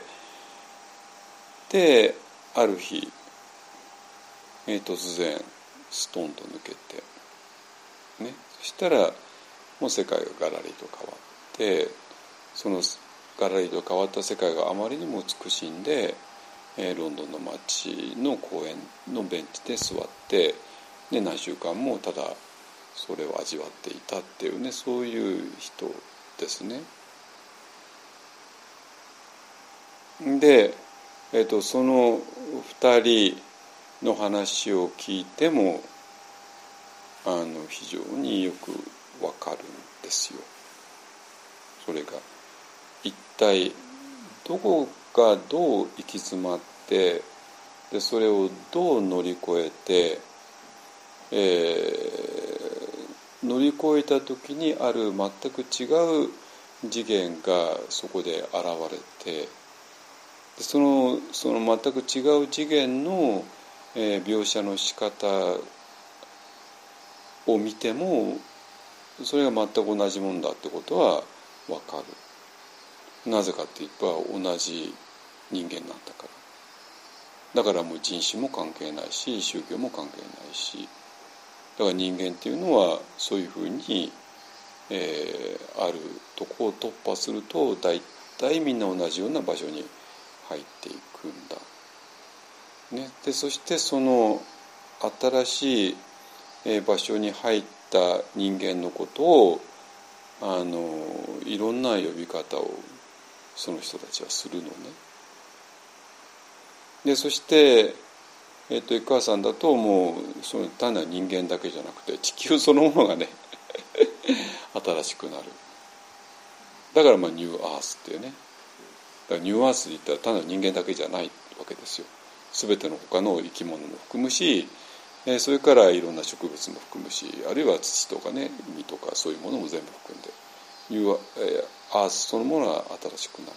である日、えー、突然ストンと抜けて、ね、そしたらもう世界がガラリと変わって、そのガラリと変わった世界があまりにも美しいんで、えー、ロンドンの街の公園のベンチで座ってで何週間もただそれを味わっていたっていうね、そういう人ですね。で、えーと、そのふたりの話を聞いてもあの非常によくわかるんですよ。それが一体どこがどう行き詰まってでそれをどう乗り越えて、えー、乗り越えた時にある全く違う次元がそこで現れて、 そのその全く違う次元の、えー、描写の仕方を見てもそれが全く同じもんだってことは分かる。なぜかって言えば同じ人間なんだから。だからもう人種も関係ないし宗教も関係ないし、だから人間っていうのはそういうふうに、えー、あるとこを突破すると大体みんな同じような場所に入っていくんだ、ね、でそしてその新しい、えー、場所に入った人間のことをあのいろんな呼び方をその人たちはするのね。でそして、えー、と生川さんだともうその単なる人間だけじゃなくて地球そのものがね新しくなる。だからまあニューアースっていうね、だからニューアースで言ったら単なる人間だけじゃないわけですよ。全ての他の生き物も含むし、えー、それからいろんな植物も含むし、あるいは土とかね海とかそういうものも全部含んでニュー、えー、アースそのものが新しくな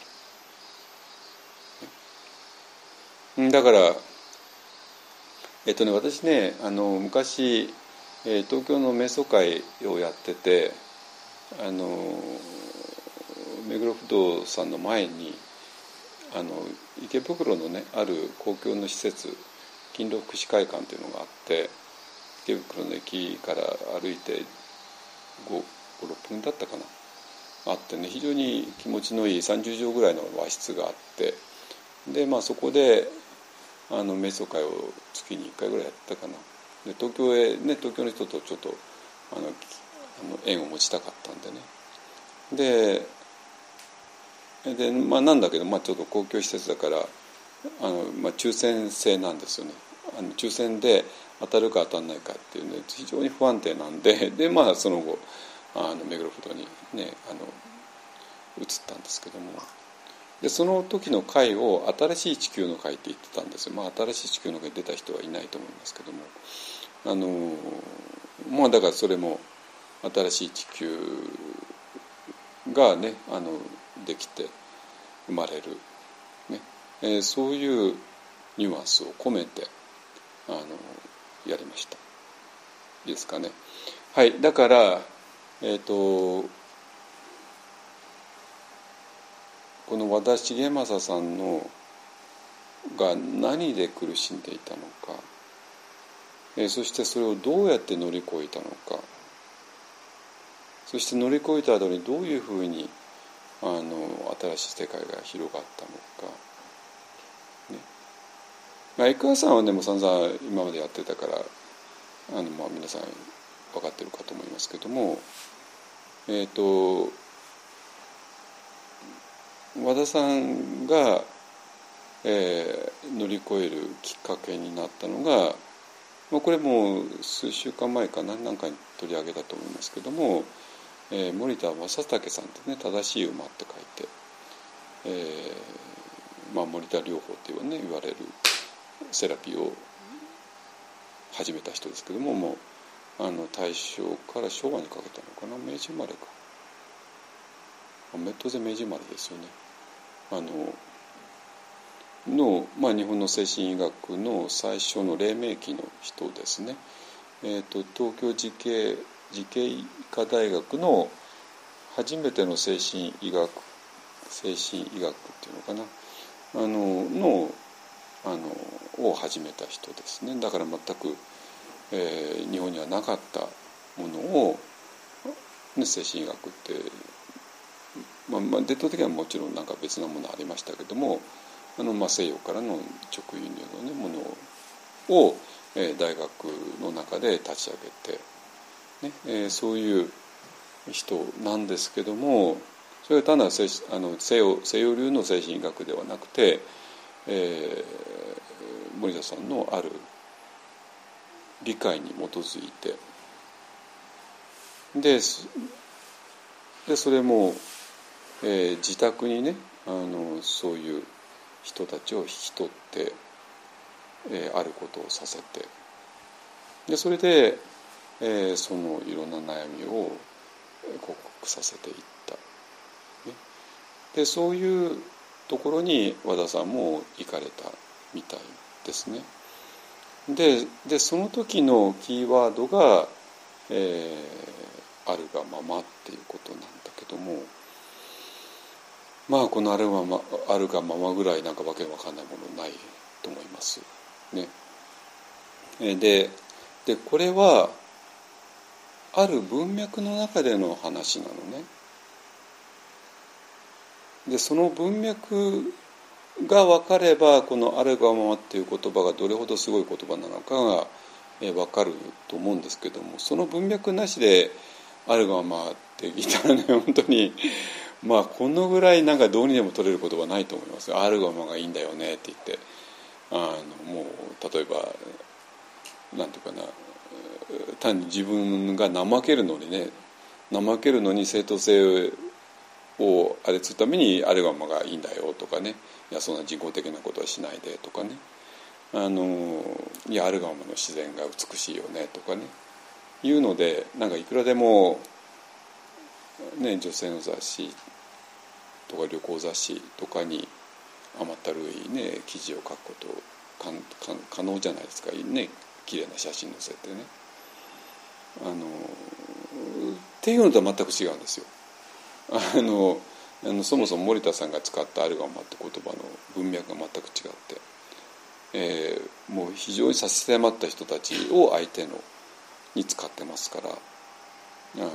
る。だからえっとね私ねあの昔、えー、東京の瞑想会をやってて、あの目黒不動さんの前にあの池袋のねある公共の施設勤労福祉会館っていうのがあって、池袋の駅から歩いてご、ろっぷんだったかなあってね、非常に気持ちのいいさんじゅうじょうぐらいの和室があって、でまあそこであの瞑想会を月にいっかいぐらいやったかな。で東京へね東京の人とちょっとあのあの縁を持ちたかったんでね。でで、まあ、なんだけど、まあ、ちょっと公共施設だからあの、まあ、抽選制なんですよね。あの抽選で当たるか当たらないかっていうね非常に不安定なんで、でまあその後あの目黒不動にねあの移ったんですけども、でその時の会を新しい地球の会って言ってたんですよ。まあ新しい地球の会に出た人はいないと思いますけども、あのまあだからそれも新しい地球がねあのできて生まれる、ねえー、そういうニュアンスを込めてあのやりました。いいですかね。はい、だからえっとこの和田重政さんのが何で苦しんでいたのか、えー、そしてそれをどうやって乗り越えたのか、そして乗り越えた後にどういうふうにあの新しい世界が広がったのか、ねまあ、江川さんはねもう散々今までやってたからあの、まあ、皆さん分かってるかと思いますけども、えっと和田さんが、えー、乗り越えるきっかけになったのが、まあ、これも数週間前かな何かに取り上げたと思いますけども、えー、森田正武さんってね正しい馬って書いて、えーまあ、森田療法っていう、ね、言われるセラピーを始めた人ですけども、もうあの大正から昭和にかけたのかな、明治生まれか、当然明治生まれですよね。あのの、まあ、日本の精神医学の最初の黎明期の人ですね。えーと、東京慈恵慈恵医科大学の初めての精神医学精神医学っていうのかなあののあのを始めた人ですね。だから全く、えー、日本にはなかったものを、ね、精神医学ってまあ、まあ伝統的にはもちろんなんか別なものありましたけども、あの、まあ、西洋からの直輸入の、ね、ものを、えー、大学の中で立ち上げて、ねえー、そういう人なんですけども、それは単なる西あの西洋、西洋流の精神医学ではなくて、えー、森田さんのある理解に基づいてで、でそれもえー、自宅にねあのそういう人たちを引き取って、えー、あることをさせて、でそれで、えー、そのいろんな悩みを克服させていった、ね、でそういうところに和田さんも行かれたみたいですね。で、でその時のキーワードが、えー、あるがままっていうことなんだけども、まあこのあるがまま、あるがままぐらいなんかわけのわかんないものないと思いますね。で、でこれはある文脈の中での話なのね。でその文脈が分かればこの「あるがまま」っていう言葉がどれほどすごい言葉なのかが分かると思うんですけども、その文脈なしで「あるがまま」って言ったらね、本当にまあこのぐらいなんかどうにでも取れる言葉ないと思います。あるがままがいいんだよねって言って、あのもう例えばなんていうかな、単に自分が怠けるのにね、怠けるのに正当性をあれするためにあるがままがいいんだよとかね、いやそんな人工的なことはしないでとかね、あのいやあるがままの自然が美しいよねとかねいうので、なんかいくらでも、ね、女性の雑誌とか旅行雑誌とかに甘ったるい、ね、記事を書くことかんかん可能じゃないですかね、綺麗な写真載せてね、あのっていうのとは全く違うんですよ。あのあのそもそも森田さんが使った「あるがまま」って言葉の文脈が全く違って、えー、もう非常に差し迫った人たちを相手のに使ってますから、あの、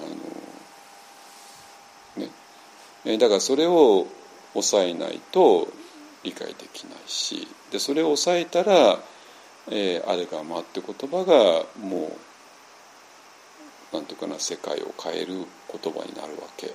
ね、えー、だからそれを抑えないと理解できないし、でそれを抑えたら「えー、あるがまま」って言葉がもうなんていうかな、世界を変える言葉になるわけ。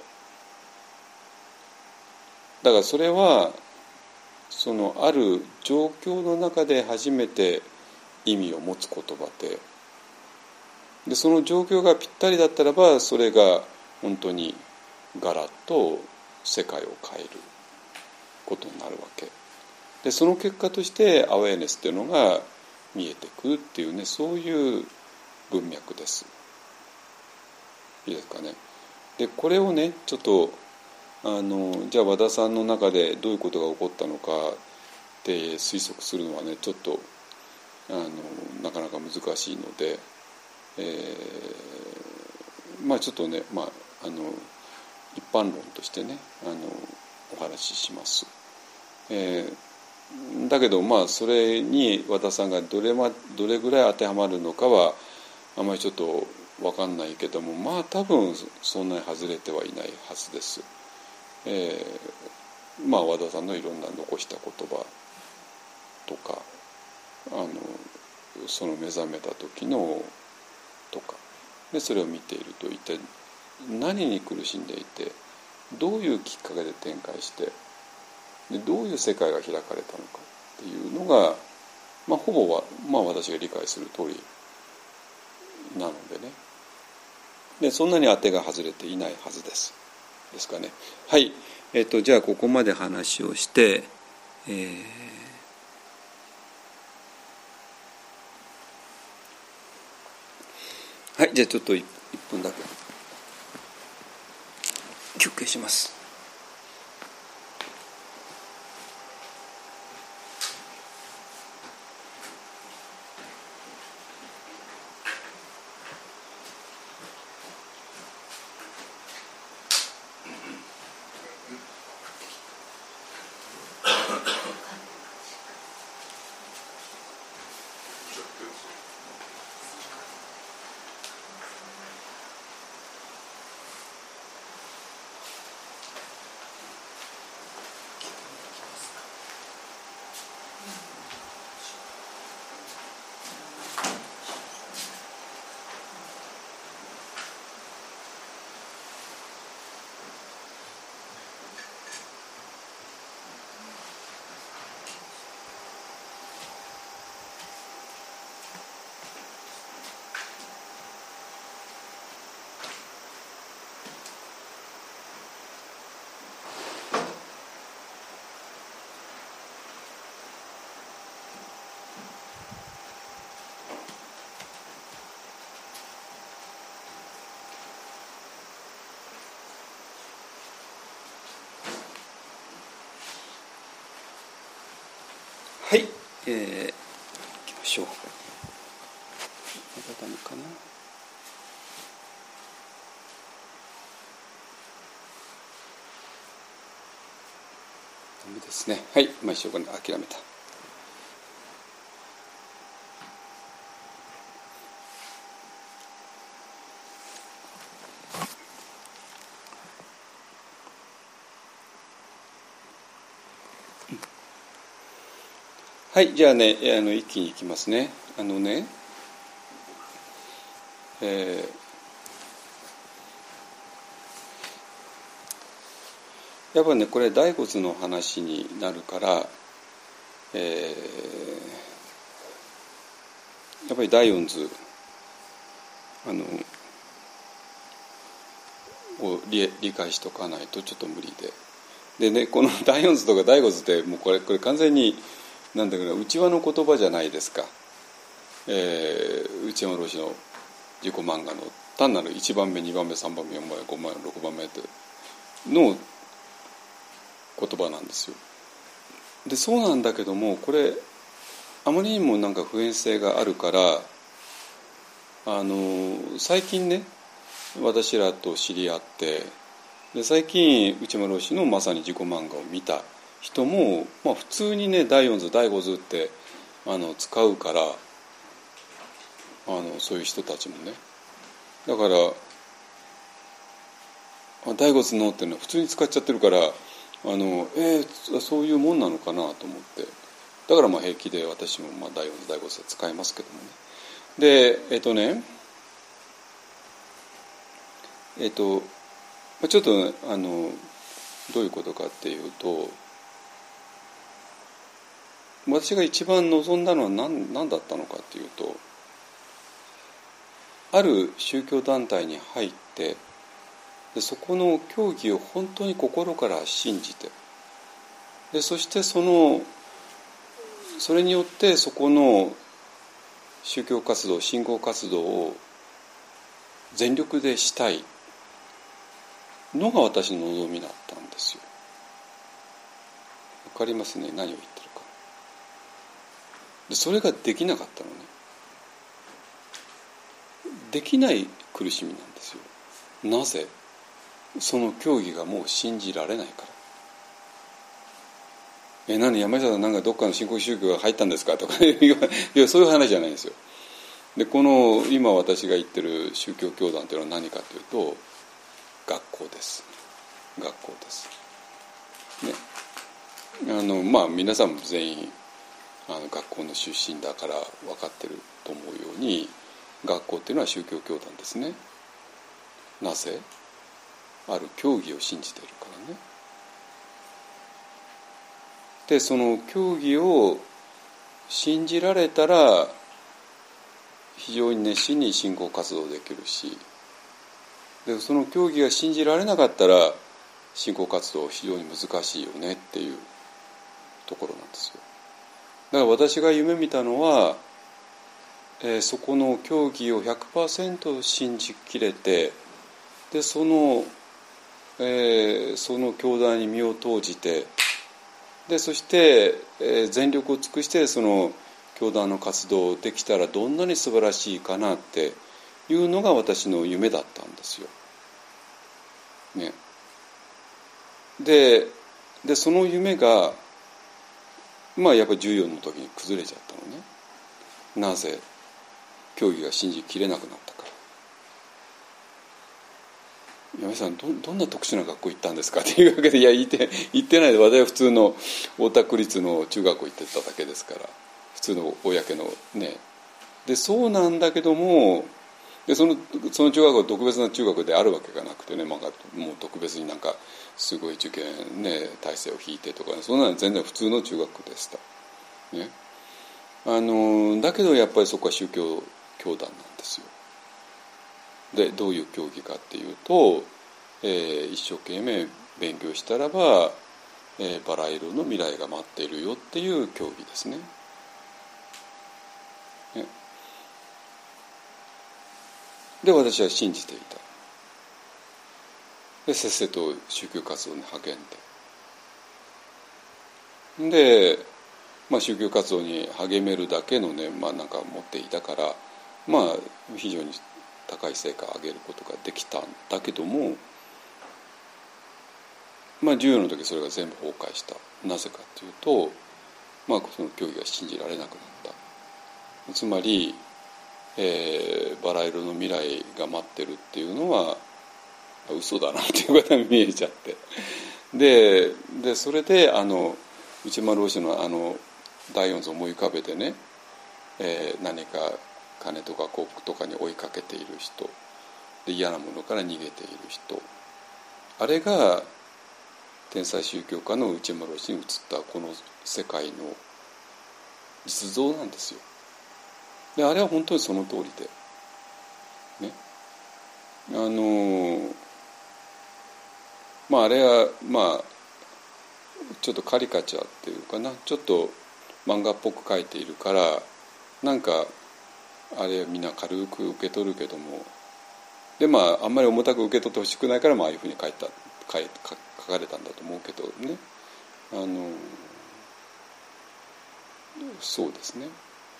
だからそれはそのある状況の中で初めて意味を持つ言葉で、でその状況がぴったりだったらばそれが本当にガラッと世界を変えることになるわけで、その結果としてアウェーネスっていうのが見えてくるっていうね、そういう文脈です。いいですかね。でこれをねちょっとあのじゃあ和田さんの中でどういうことが起こったのかって推測するのはねちょっとあのなかなか難しいので、えー、まあちょっとね、まあ、あの一般論としてねあのお話しします。えー、だけどまあそれに和田さんがどれ、ま、どれぐらい当てはまるのかはあまりちょっと分かんないけども、まあ多分そんなに外れてはいないはずです。えー、まあ和田さんのいろんな残した言葉とか、あのその目覚めた時のとかでそれを見ていると一体何に苦しんでいて、どういうきっかけで展開してでどういう世界が開かれたのかっていうのが、まあ、ほぼは、まあ、私が理解する通りなのでね、でそんなに当てが外れていないはずですですかね。はい、えっと、じゃあここまで話をして、えー、はい、じゃあちょっといっぷんだけ休憩します。 えー、行きましょう。まだダメかな。ダメですね。はい、まあ一生懸命諦めた。はい、じゃあね、あの一気にいきますね。あのね、えー、やっぱりね、これ大骨の話になるから、えー、やっぱり第四図あのを 理, 理解しておかないとちょっと無理で、でね、この第四図とか第五図ってもうこれこれ完全になんだけど内輪の言葉じゃないですか。えー、内山老師の自己漫画の単なるいちばんめにばんめさんばんめよんばんめごばんめろくばんめの言葉なんですよ。でそうなんだけども、これあまりにもなんか普遍性があるから、あの最近ね私らと知り合って、で最近内山老師のまさに自己漫画を見た人も、まあ、普通にね第四図第五図ってあの使うから、あのそういう人たちもね、だから第五図のっていうのは普通に使っちゃってるから、あのえー、そういうもんなのかなと思って、だからまあ平気で私もまあ第四図第五図は使いますけどもね。でえっとねえっとちょっとあのどういうことかっていうと、私が一番望んだのは 何, 何だったのかっていうと、ある宗教団体に入って、でそこの教義を本当に心から信じて、でそしてそのそれによってそこの宗教活動信仰活動を全力でしたいのが私の望みだったんですよ。わかりますね、何を言ってるか。でそれができなかったのね。できない苦しみなんですよ。なぜ？その教義がもう信じられないから。え、何山下さんなんかどっかの新興宗教が入ったんですかとかいやそういう話じゃないんですよ。でこの今私が言ってる宗教教団というのは何かというと、学校です。学校です。ね、あのまあ皆さんも全員あの学校の出身だから分かってると思うように、学校っていうのは宗教教団ですね。なぜ？ある教義を信じているからね。でその教義を信じられたら非常に熱心に信仰活動できるし、でその教義が信じられなかったら信仰活動非常に難しいよねっていうところなんですよ。だから私が夢見たのは、えー、そこの教義を ひゃくパーセント 信じきれて、でその、えー、その教団に身を投じて、でそして、えー、全力を尽くしてその教団の活動できたらどんなに素晴らしいかなっていうのが私の夢だったんですよ。ね、で, でその夢がまあやっぱりじゅうよんの時に崩れちゃったのね。なぜ？教義が信じきれなくなったから。山下さん ど, どんな特殊な学校行ったんですかっていうわけで、いや言って言ってないで、私は普通の大田区立の中学校行ってただけですから、普通の公のね。でそうなんだけども、で そ, のその中学校特別な中学であるわけがなくてね、まあ、もう特別になんかすごい受験ね体制を引いてとか、ね、そんなの全然普通の中学でした、ね、あのだけどやっぱりそこは宗教教団なんですよ。でどういう教義かっていうと、えー、一生懸命勉強したらば、えー、バラ色の未来が待っているよっていう教義ですね。ねで私は信じていた。でせっせと宗教活動に励んで、でまあ、宗教活動に励めるだけのね、まあ、なんか持っていたから、まあ、非常に高い成果を上げることができたんだけども、まあ、じゅうよんの時それが全部崩壊した。なぜかというと、まあ、その教義が信じられなくなった。つまり、えー、バラ色の未来が待ってるっていうのは嘘だなっていうことが見えちゃって、ででそれであの内丸老師のあの大恩図を思い浮かべてね、えー、何か金とか幸福とかに追いかけている人で、嫌なものから逃げている人、あれが天才宗教家の内丸老師に映ったこの世界の実像なんですよ。であれは本当にその通りでね、あのまああれはまあちょっとカリカチュアっていうかな、ちょっと漫画っぽく描いているからなんかあれみんな軽く受け取るけども、でまああんまり重たく受け取ってほしくないから、まあああいうふうに書いた書い書かれたんだと思うけどね、あのそうですね、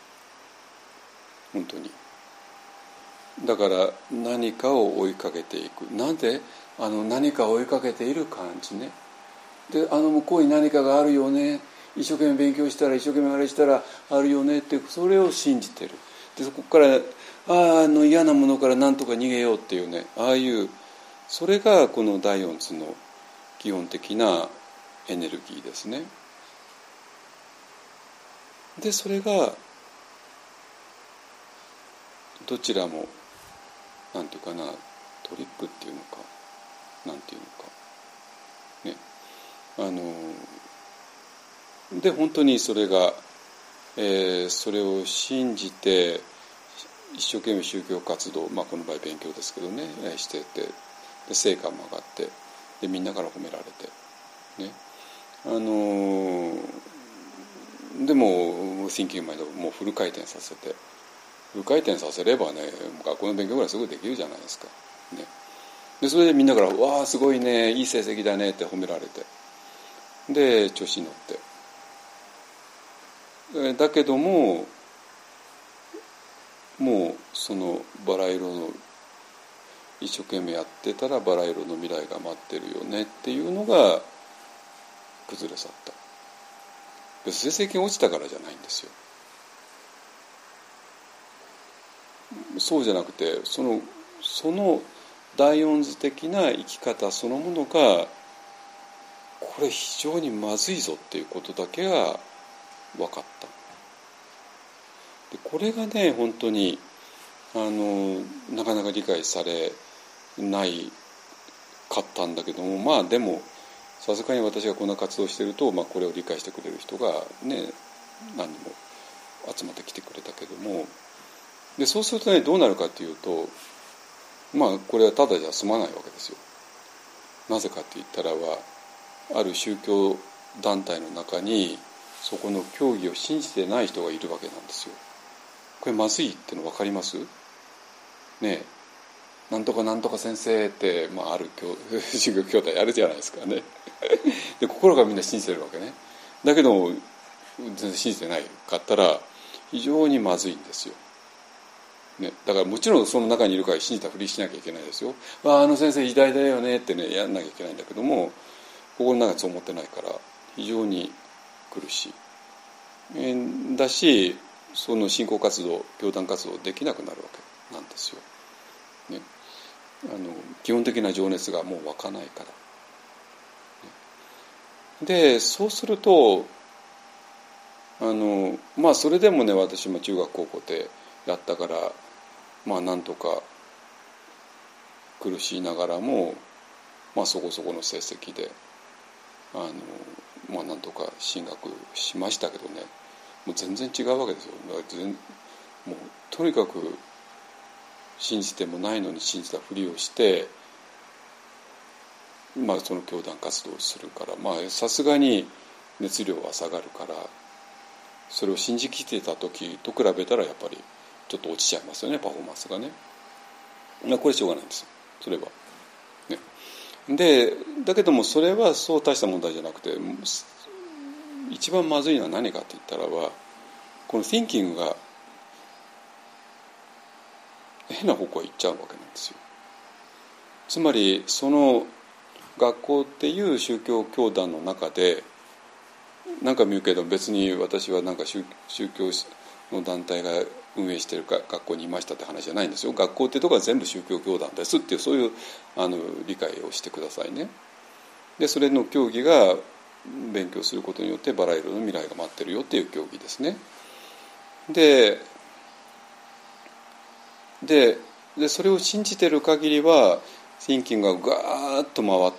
本当に。だから何かを追いかけていく。なんであの何かを追いかけている感じね。であの向こうに何かがあるよね、一生懸命勉強したら一生懸命あれしたらあるよねって、それを信じてる。でそこからああの嫌なものから何とか逃げようっていうね、ああいうそれがこの第四図の基本的なエネルギーですね。でそれがどちらもなんていうかな、トリックっていうのかなんていうのかね、あので本当にそれが、えー、それを信じて一生懸命宗教活動、まあこの場合勉強ですけどねしてて、で成果も上がって、でみんなから褒められてね、あのでも Thinking Mind をもうフル回転させて。フル回転させればね、学校の勉強ぐらいすぐできるじゃないですか、ね、でそれでみんなから「わあすごいね、いい成績だね」って褒められて、で調子に乗って、だけどももうそのバラ色の一生懸命やってたらバラ色の未来が待ってるよねっていうのが崩れ去った。成績が落ちたからじゃないんですよ。そうじゃなくて、そのその第四図的な生き方そのものがこれ非常にまずいぞっていうことだけが分かった。でこれがね本当にあのなかなか理解されないかったんだけども、まあでもさすがに私がこんな活動してると、まあ、これを理解してくれる人がね何人も集まってきてくれたけども、でそうするとねどうなるかというと、まあこれはただじゃ済まないわけですよ。なぜかって言ったらはある宗教団体の中にそこの教義を信じてない人がいるわけなんですよ。これまずいっての分かりますね。えなんとかなんとか先生って、まあ、ある宗教教団あるじゃないですかねで心がみんな信じてるわけね。だけど全然信じてないかったら非常にまずいんですよ。ね、だからもちろんその中にいるから信じたふりしなきゃいけないですよ。あ, あの先生偉大だよねってねやんなきゃいけないんだけども、心の中でそう思ってないから非常に苦しい、えー、だしその信仰活動教団活動できなくなるわけなんですよ、ね、あの基本的な情熱がもう湧かないから、ね、でそうするとあのまあそれでもね私も中学高校でやったからまあなんとか苦しいながらも、まあ、そこそこの成績であの、まあ、なんとか進学しましたけどね、もう全然違うわけですよ。全もうとにかく信じてもないのに信じたふりをして、まあ、その教団活動をするからまあさすがに熱量は下がるからそれを信じきっていた時と比べたらやっぱりちょっと落ちちゃいますよね、パフォーマンスがね。これしょうがないんですよそれは、ね、でだけどもそれはそう大した問題じゃなくて一番まずいのは何かと言ったらば、この thinking が変な方向へ行っちゃうわけなんですよ。つまりその学校っていう宗教教団の中で何か見るけど、別に私はなんか 宗, 宗教の団体が運営している学校にいましたって話じゃないんですよ。学校っていうところは全部宗教教団ですっていう、そういうあの理解をしてくださいね。でそれの教義が勉強することによってバラ色の未来が待ってるよっていう教義ですね。でででそれを信じてる限りはthinkingがガーッと回って、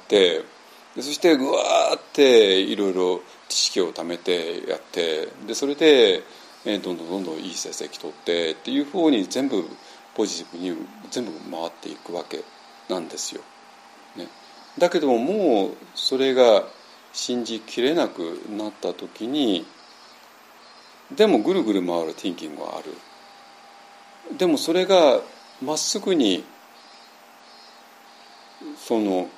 でそしてぐわーっていろいろ知識を貯めてやって、でそれでどんどんどんどんいい成績取ってっていうふうに全部ポジティブに全部回っていくわけなんですよ、ね、だけどももうそれが信じきれなくなった時に、でもぐるぐる回る thinking はある。でもそれがまっすぐにその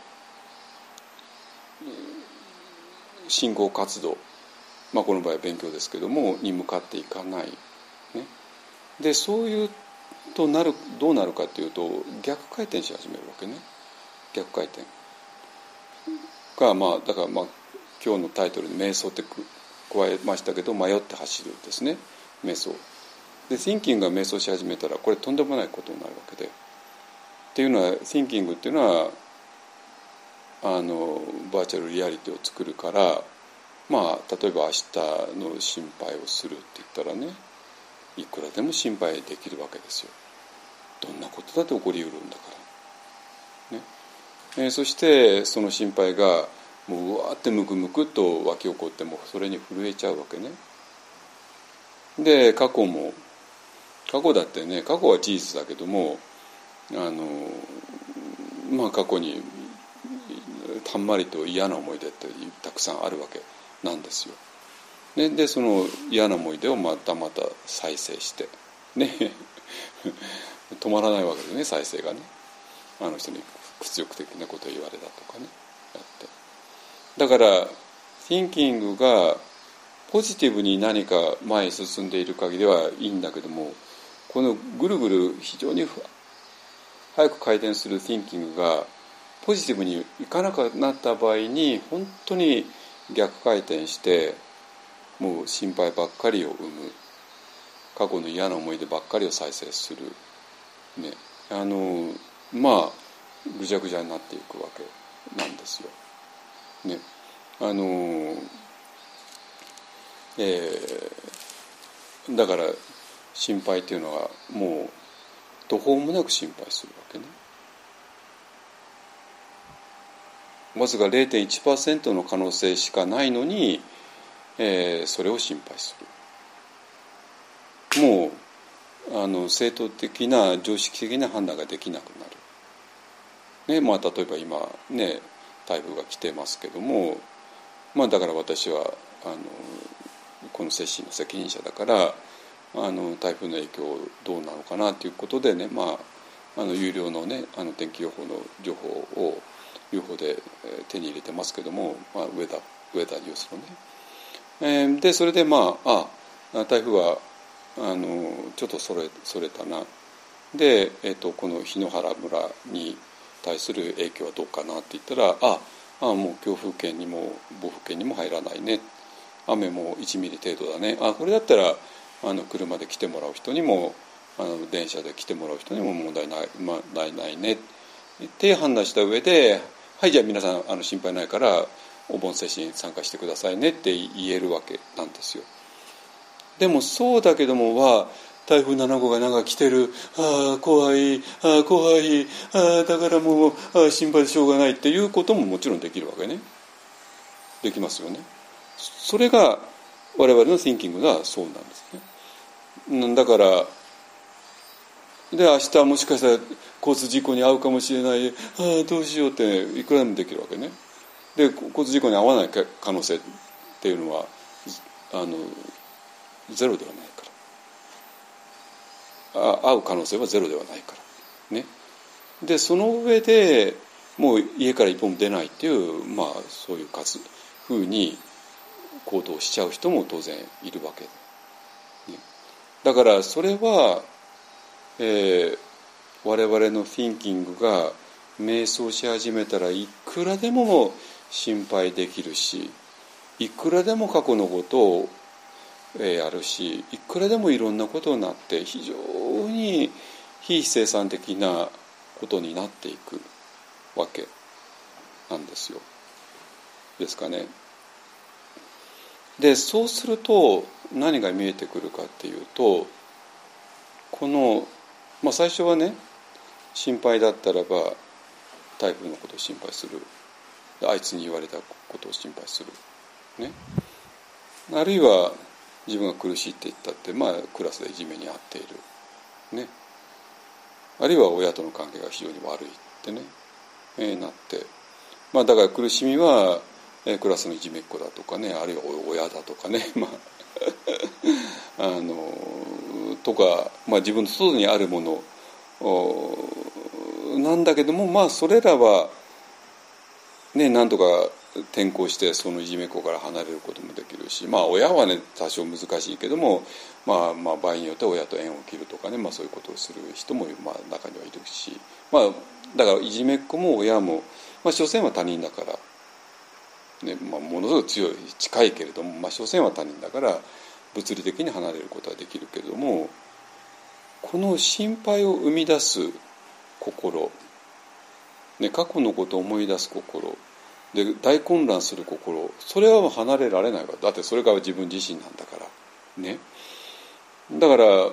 信仰活動、まあ、この場合は勉強ですけどもに向かっていかない、ね、でそういうとなるどうなるかというと逆回転し始めるわけね。逆回転が、まあだからまあ今日のタイトルに瞑想って加えましたけど、迷って走るですね、瞑想で thinking が瞑想し始めたらこれとんでもないことになるわけで、っていうのは thinking っていうのはあのバーチャルリアリティを作るから、まあ例えば明日の心配をするって言ったらね、いくらでも心配できるわけですよ。どんなことだって起こりうるんだからね。えー、そしてその心配がもううわーってムクムクっと湧き起こってもそれに震えちゃうわけね。で過去も過去だってね、過去は事実だけどもあのまあ過去にたんまりと嫌な思い出ってたくさんあるわけなんですよ。で, でその嫌な思い出をまたまた再生してね止まらないわけですね、再生がね。あの人に屈辱的なことを言われたとかねやって、だから thinking がポジティブに何か前に進んでいる限りはいいんだけども、このぐるぐる非常に早く回転する thinking がポジティブにいかなくなった場合に本当に逆回転してもう心配ばっかりを生む、過去の嫌な思い出ばっかりを再生する、ね、あのまあぐちゃぐちゃになっていくわけなんですよ、ね、あの、えー、だから心配っていうのはもう途方もなく心配するわけね。わずか ゼロてんいちパーセント の可能性しかないのに、えー、それを心配する。もうあの正当的な常識的な判断ができなくなる、ね。まあ、例えば今ね台風が来てますけども、まあ、だから私はあのこの接種の責任者だからあの台風の影響どうなのかなということでね、まあ、あの有料のねあの天気予報の情報を両方で手に入れてますけども、まあ、ウェダウェダニュースのね、えー、でそれでまああ台風はあのちょっとそれそれたなで、えー、とこの檜原村に対する影響はどうかなって言ったらああもう強風圏にも暴風圏にも入らないね、雨もいちミリ程度だね、あこれだったらあの車で来てもらう人にもあの電車で来てもらう人にも問題ない、問題ないねって判断した上で、はいじゃあ皆さんあの心配ないからお盆接種に参加してくださいねって言えるわけなんですよ。でもそうだけどもは台風なな号がなんか来てる、ああ怖い、ああ怖い、ああだからもうああ心配でしょうがないっていうことももちろんできるわけね。できますよね。それが我々の thinking がそうなんですね。だからで明日もしかしたら交通事故に遭うかもしれない、ああどうしようっていくらでもできるわけね。で交通事故に遭わない可能性っていうのはあのゼロではないから、あ会う可能性はゼロではないからね。でその上でもう家から一歩も出ないっていう、まあそういうふうに行動しちゃう人も当然いるわけで、ね、だからそれは、えー、我々の Thinking が瞑想し始めたらいくらでも心配できるし、いくらでも過去のことをやるし、いくらでもいろんなことになって非常に非生産的なことになっていくわけなんですよ。ですかね。でそうすると何が見えてくるかっていうと、この、まあ、最初はね、心配だったらば台風のことを心配する、あいつに言われたことを心配する、ね、あるいは自分が苦しいって言ったって、まあ、クラスでいじめに遭っている、ね、あるいは親との関係が非常に悪いってね、えー、なって、まあ、だから苦しみは、えー、クラスのいじめっ子だとかね、あるいは親だとかね、まあ、あのとか、まあ、自分の外にあるものなんだけども、まあそれらはね、なんとか転校してそのいじめっ子から離れることもできるし、まあ親はね多少難しいけども、まあまあ場合によって親と縁を切るとかね、まあそういうことをする人もまあ中にはいるし、まあだからいじめっ子も親も、まあ所詮は他人だからね、まあものすごく強い近いけれども、まあ所詮は他人だから物理的に離れることはできるけれども、この心配を生み出す心、ね、過去のことを思い出す心で大混乱する心、それは離れられないわ。だってそれが自分自身なんだからね。だから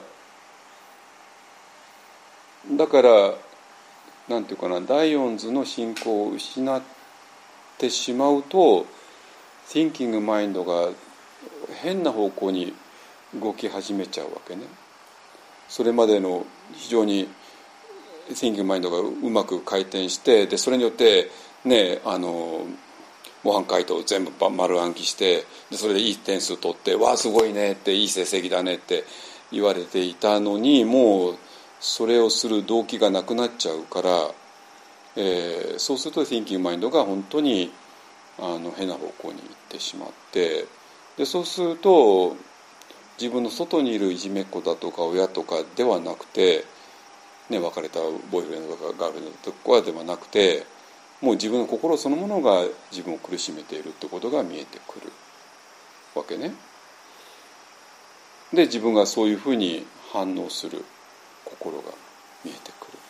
だからなんていうかな、第四図の信仰を失ってしまうと Thinking マインドが変な方向に動き始めちゃうわけね。それまでの非常に Thinking マインドがうまく回転して、でそれによってね、あの模範解答を全部丸暗記して、でそれでいい点数取って、わあすごいねって、いい成績だねって言われていたのに、もうそれをする動機がなくなっちゃうから、えー、そうすると Thinking マインドが本当にあの変な方向に行ってしまって、でそうすると自分の外にいるいじめっ子だとか親とかではなくて、ね、別れたボーイフレンドとかガールフレンドとかではなくて、もう自分の心そのものが自分を苦しめているってことが見えてくるわけね。で自分がそういうふうに反応する心が見えてくる。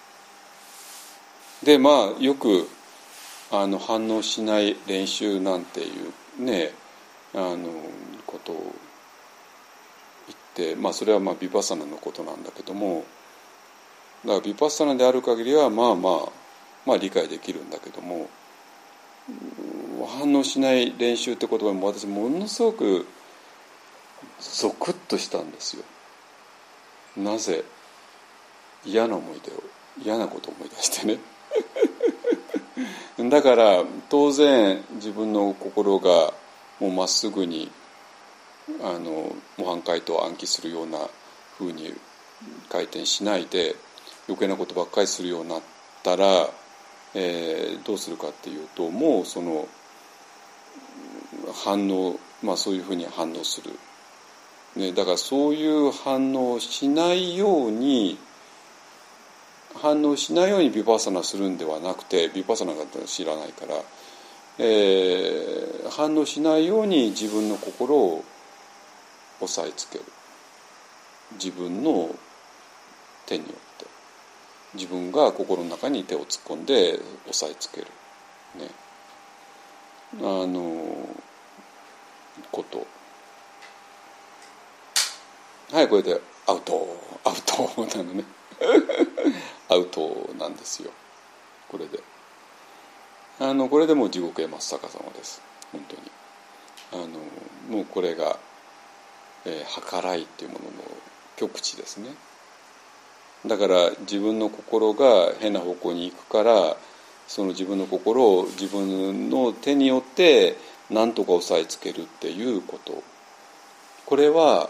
でまあよくあの反応しない練習なんていうね、あのことを言って、まあそれはまあヴィパッサナのことなんだけども、だからヴィパッサナである限りはまあまあまあ理解できるんだけども、反応しない練習って言葉も私ものすごくゾクッとしたんですよ。なぜ？嫌な思い出を嫌なことを思い出してねだから当然自分の心がもうまっすぐにあの模範解答を暗記するような風に回転しないで余計なことばっかりするようになったら、えー、どうするかっていうと、もうその反応、まあそういうふうに反応する、ね、だからそういう反応をしないように反応しないようにヴィパッサナするんではなくて、ヴィパッサナが知らないから、えー、反応しないように自分の心を押さえつける。自分の手によって自分が心の中に手を突っ込んで押さえつける、ね、あのことはい、これでアウトアウトなのねアウトなんですよ。これであのこれでもう地獄へ真っ逆さまです。本当にあのもうこれが、えー、計らいっていうものの極致ですね。だから自分の心が変な方向に行くから、その自分の心を自分の手によって何とか押さえつけるっていうこと、これは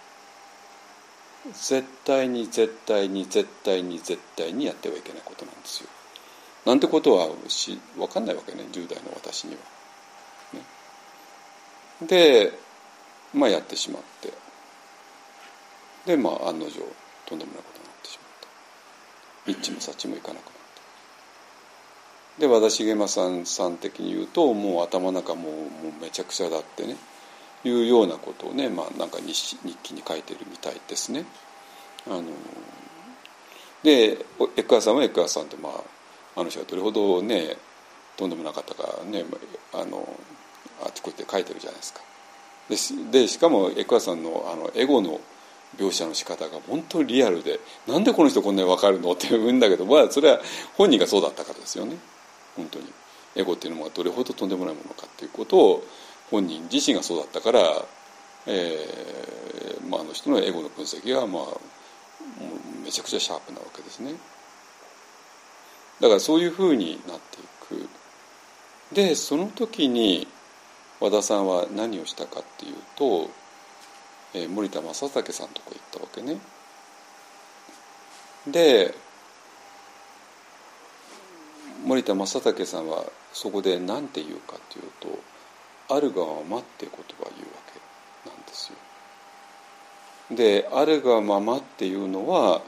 絶対に絶対に絶対に絶対にやってはいけないことなんですよ。なんてことはし分かんないわけね、じゅう代の私には、ね、 で、まあ、やってしまって、で、まあ、案の定とんでもないことになってしまった。一も八もいかなくなった。で、和田茂正さんさん的に言うと、もう頭の中もう、もうめちゃくちゃだってねいうようなことをね、まあ、なんか 日, 日記に書いてるみたいですね。あのでエクアさんはエクアさんで、まあ、あの人がどれほどねとんでもなかったかね、あのあちこちで書いてるじゃないですか。で し, でしかもエクアさん の, あのエゴの描写の仕方が本当にリアルで、なんでこの人こんなに分かるのって言うんだけど、まあ、それは本人がそうだったからですよね。本当にエゴっていうのがどれほどとんでもないものかっていうことを本人自身がそうだったから、えーまあ、あの人のエゴの分析が、まあ、めちゃくちゃシャープなわけですね。だからそういうふうになっていく。でその時に和田さんは何をしたかっていうと、えー、森田正武さんのとこ行ったわけね。で森田正武さんはそこで何て言うかというと、あるがままっていう言葉を言うわけなんですよ。であるがままっていうのは、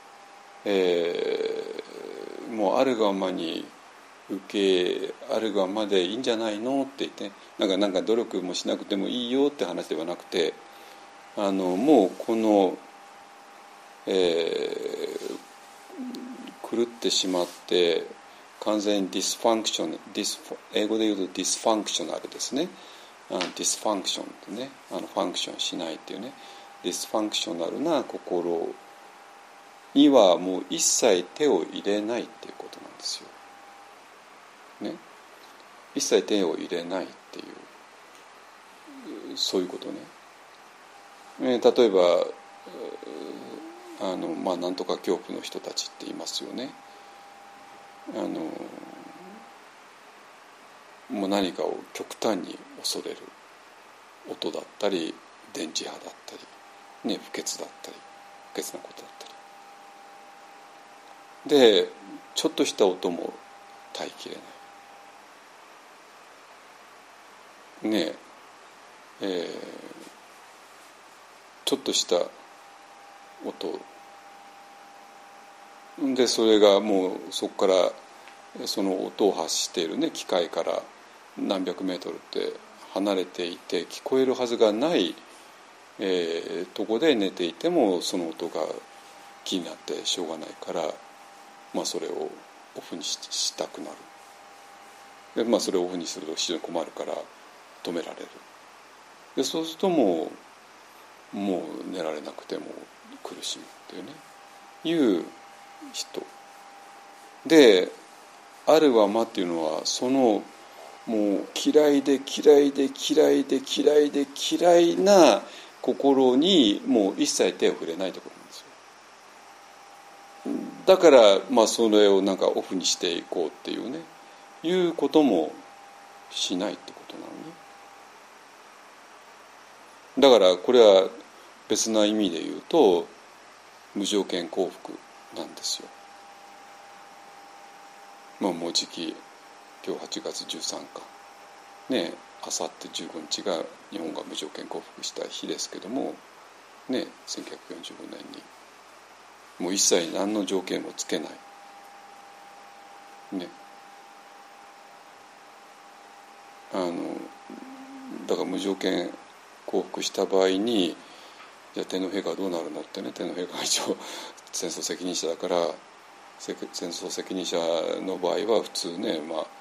えー、もうあるがままに受けあるがままでいいんじゃないのって言って、なんかなんか努力もしなくてもいいよって話ではなくて、あのもうこの、えー、狂ってしまって完全にディスファンクション、ディス英語で言うとディスファンクショナルですね。あのディスファンクションってね、あのファンクションしないっていうね、ディスファンクショナルな心にはもう一切手を入れないっていうことなんですよ。ね、一切手を入れないっていう、そういうことね。えー、例えばあの、まあ、なんとか恐怖の人たちって言いますよね。あのもう何かを極端に恐れる音だったり電磁波だったり、ね、不潔だったり不潔なことだったりで、ちょっとした音も耐えきれないねえ、えー、ちょっとした音で、それがもうそこからその音を発している、ね、機械から何百メートルって離れていて聞こえるはずがない、えー、とこで寝ていてもその音が気になってしょうがないから、まあ、それをオフに し, したくなるで、まあ、それをオフにすると非常に困るから止められるで、そうするともうもう寝られなくても苦しむっていうねいう人で、あるはまっていうのはそのもう嫌いで嫌いで嫌いで嫌いで嫌いな心にもう一切手を触れないところなんですよ。だから、まあ、それをなんかオフにしていこうっていうねいうこともしないってことなのね。だからこれは別な意味で言うと無条件幸福なんですよ。まあもうじき今日はちがつじゅうさんかね、あさってじゅうごにちが日本が無条件降伏した日ですけどもね、せんきゅうひゃくよんじゅうごねんにもう一切何の条件もつけないね、あのだから無条件降伏した場合にじゃあ天皇陛下はどうなるのってね、天皇陛下が一応戦争責任者だから戦争責任者の場合は普通ね、まあ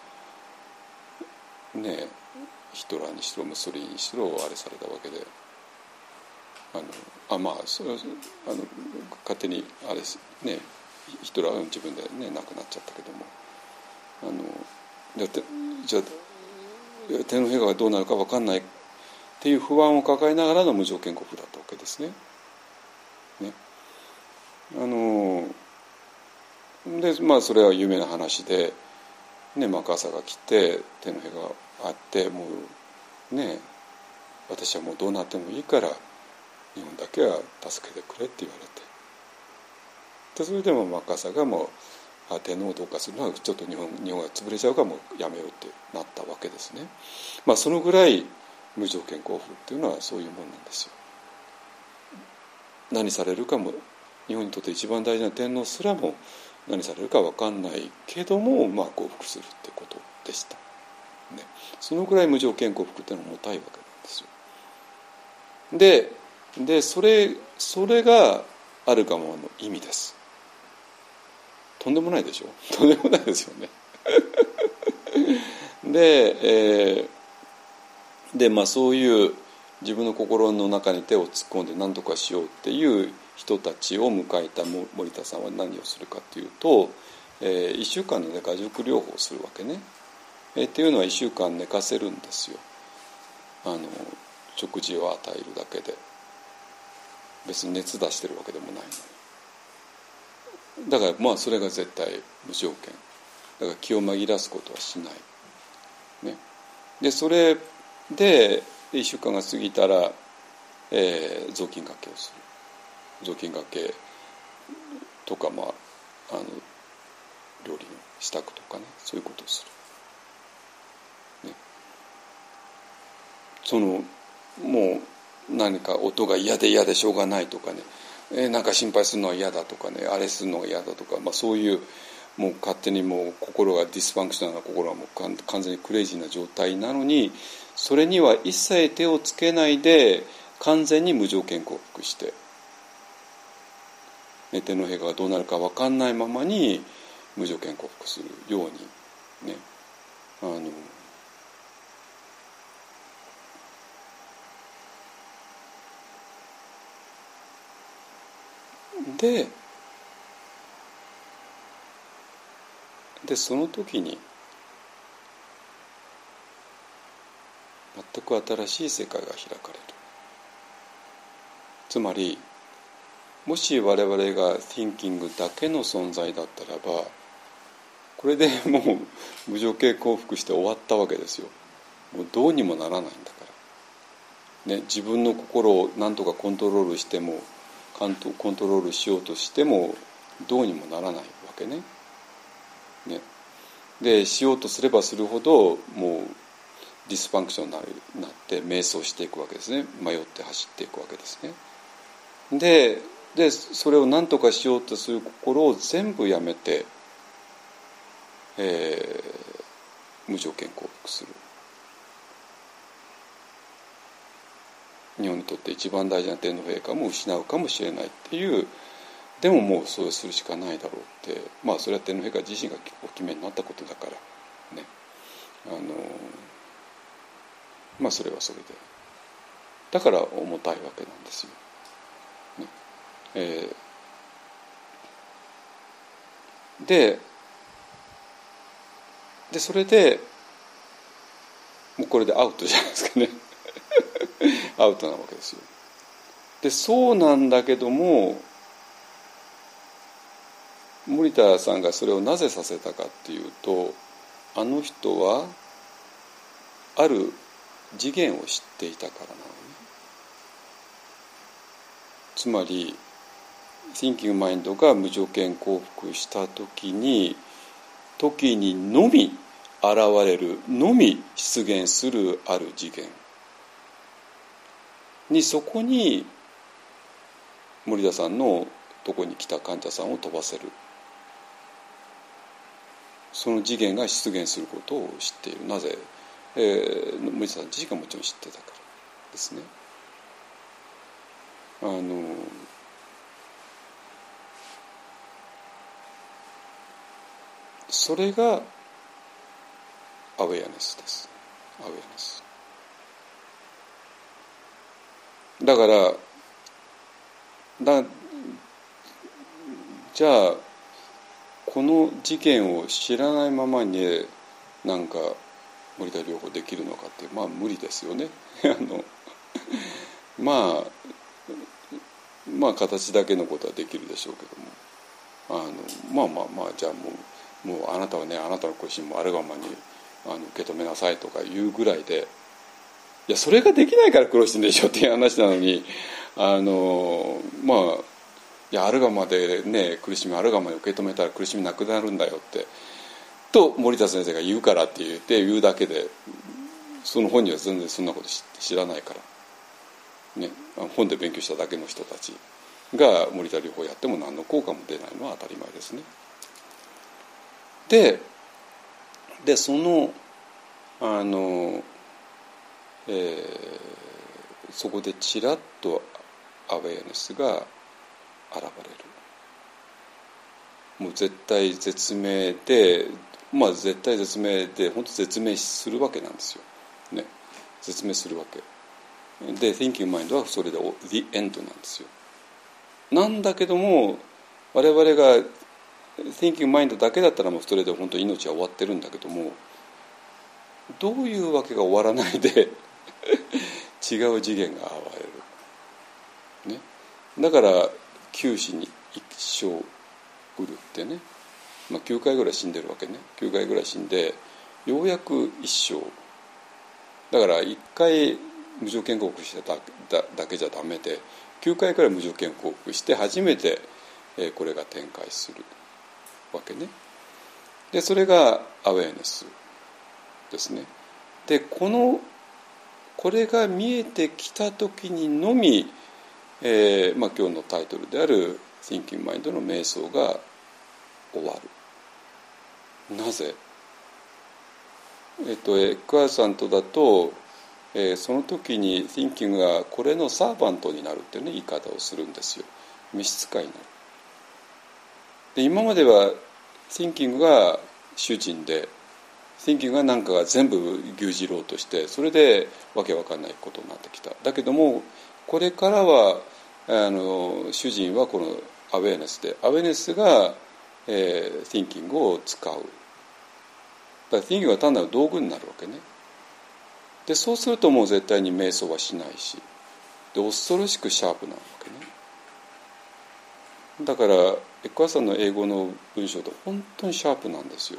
ねヒトラーにしろムッソリーニにしろあれされたわけで、あのあまあそれはあの勝手にあれですね、ヒトラーは自分でね亡くなっちゃったけども、あのだってじゃあ天皇陛下がどうなるか分かんないっていう不安を抱えながらの無条件降伏だったわけですね。ね、あのでまあそれは有名な話で、ね、マッカーサーが来て天皇陛下が会ってもうね私はもうどうなってもいいから日本だけは助けてくれって言われて、でそれでもマッカーサーがもう天皇をどうかするのはちょっと日本日本が潰れちゃうからもうやめようってなったわけですね。まあそのぐらい無条件幸福っていうのはそういうもんなんですよ。何されるかも、日本にとって一番大事な天皇すらも何されるか分かんないけども、まあ、幸福するってことでした、ね、そのぐらい無条件幸福っていうのは重たいわけなんですよ。で、でそれ、それがあるがままの意味です。とんでもないでしょ。とんでもないですよね。で、えー、でまあそういう自分の心の中に手を突っ込んで何とかしようっていう人たちを迎えた森田さんは何をするかというと、えー、いっしゅうかんの、ね、画塾療法をするわけね。えー、っていうのはいっしゅうかん寝かせるんですよ。あの食事を与えるだけで、別に熱出してるわけでもないのに。だからまあそれが絶対無条件だから、気を紛らすことはしない、ね、でそれでいっしゅうかんが過ぎたら、えー、雑巾がけをする。雑巾がけとか、まあ、あの料理の支度とかね、そういうことをする、ね、そのもう何か音が嫌で嫌でしょうがないとかね、えー、なんか心配するのは嫌だとかね、あれするのが嫌だとか、まあ、そういうもう勝手にもう心がディスファンクショナルな心がもう完全にクレイジーな状態なのに、それには一切手をつけないで完全に無条件幸福して、ね、天皇陛下がどうなるか分かんないままに無条件幸福するようにね、あのででその時に全く新しい世界が開かれる。つまりもし我々が Thinking だけの存在だったらば、これでもう無条件幸福して終わったわけですよ。もうどうにもならないんだから、ね、自分の心を何とかコントロールしてもコントロールしようとしてもどうにもならないわけね。ねでしようとすればするほどもうディスファンクションになって迷走していくわけですね。迷って走っていくわけですね。で、でそれを何とかしようとする心を全部やめて、えー、無条件幸福する。日本にとって一番大事な天皇陛下も失うかもしれないっていう、でももうそうするしかないだろうって、まあそれは天皇陛下自身がお決めになったことだからね、あのまあそれはそれで、だから重たいわけなんですよ、ねえー、ででそれでもうこれでアウトじゃないですかねアウトなわけですよ。でそうなんだけども、森田さんがそれをなぜさせたかっていうと、あの人はある次元を知っていたからなのね。つまり Thinking Mind が無条件幸福した時に時にのみ現れるのみ出現するある次元に、そこに森田さんのとこに来た患者さんを飛ばせる、その次元が出現することを知っている。なぜ、えー、森田さん自身がもちろん知ってたからですね。あのそれがアウェアネスです。アウェアネスだからだじゃあこの事件を知らないままになんか森田療法できるのかって、まあ無理ですよねあのまあまあ形だけのことはできるでしょうけども、あのまあまあまあじゃあもうもうあなたはね、あなたの苦しみもあるがままにあの受け止めなさいとかいうぐらいで、いやそれができないから苦労してんでしょっていう話なのに、あのまあいやあるがまでね、苦しみあるがまで受け止めたら苦しみなくなるんだよってと森田先生が言うからって言って言うだけで、 その本人は全然そんなこと知らないから、ね、本で勉強しただけの人たちが森田療法やっても何の効果も出ないのは当たり前ですね。で、でそのあの、えー、そこでちらっとアウェアネスが現れる。もう絶対絶命で、まあ絶対絶命で本当絶命するわけなんですよ、ね、絶命するわけで Thinking Mind はそれで The End なんですよ。なんだけども我々が Thinking Mind だけだったらもうそれで本当に命は終わってるんだけども、どういうわけが終わらないで違う次元が現れる、ね、だから九死に一生うるってね、まあ、きゅうかいぐらい死んでるわけね。きゅうかいぐらい死んでようやく一生だからいっかい無条件降伏した だ, だ, だけじゃダメできゅうかいくらい無条件降伏して初めて、えー、これが展開するわけね。でそれがアウェアネスですね。でこのこれが見えてきた時にのみ、えーまあ、今日のタイトルであるThinking Mind の瞑想が終わる。なぜ？えっとエックアーさんとだと、えー、その時に Thinking がこれのサーバントになるっていう、ね、言い方をするんですよ。召使いになる。で今までは Thinking が主人で Thinking が何かが全部牛耳ろうとしてそれでわけわかんないことになってきた。だけどもこれからはあの主人はこのアウェアネスでアウェアネスが、えー、Thinking を使う。だから Thinking は単なる道具になるわけね。でそうするともう絶対に瞑想はしないしで恐ろしくシャープなわけね。だからエッカーさんの英語の文章って本当にシャープなんですよ。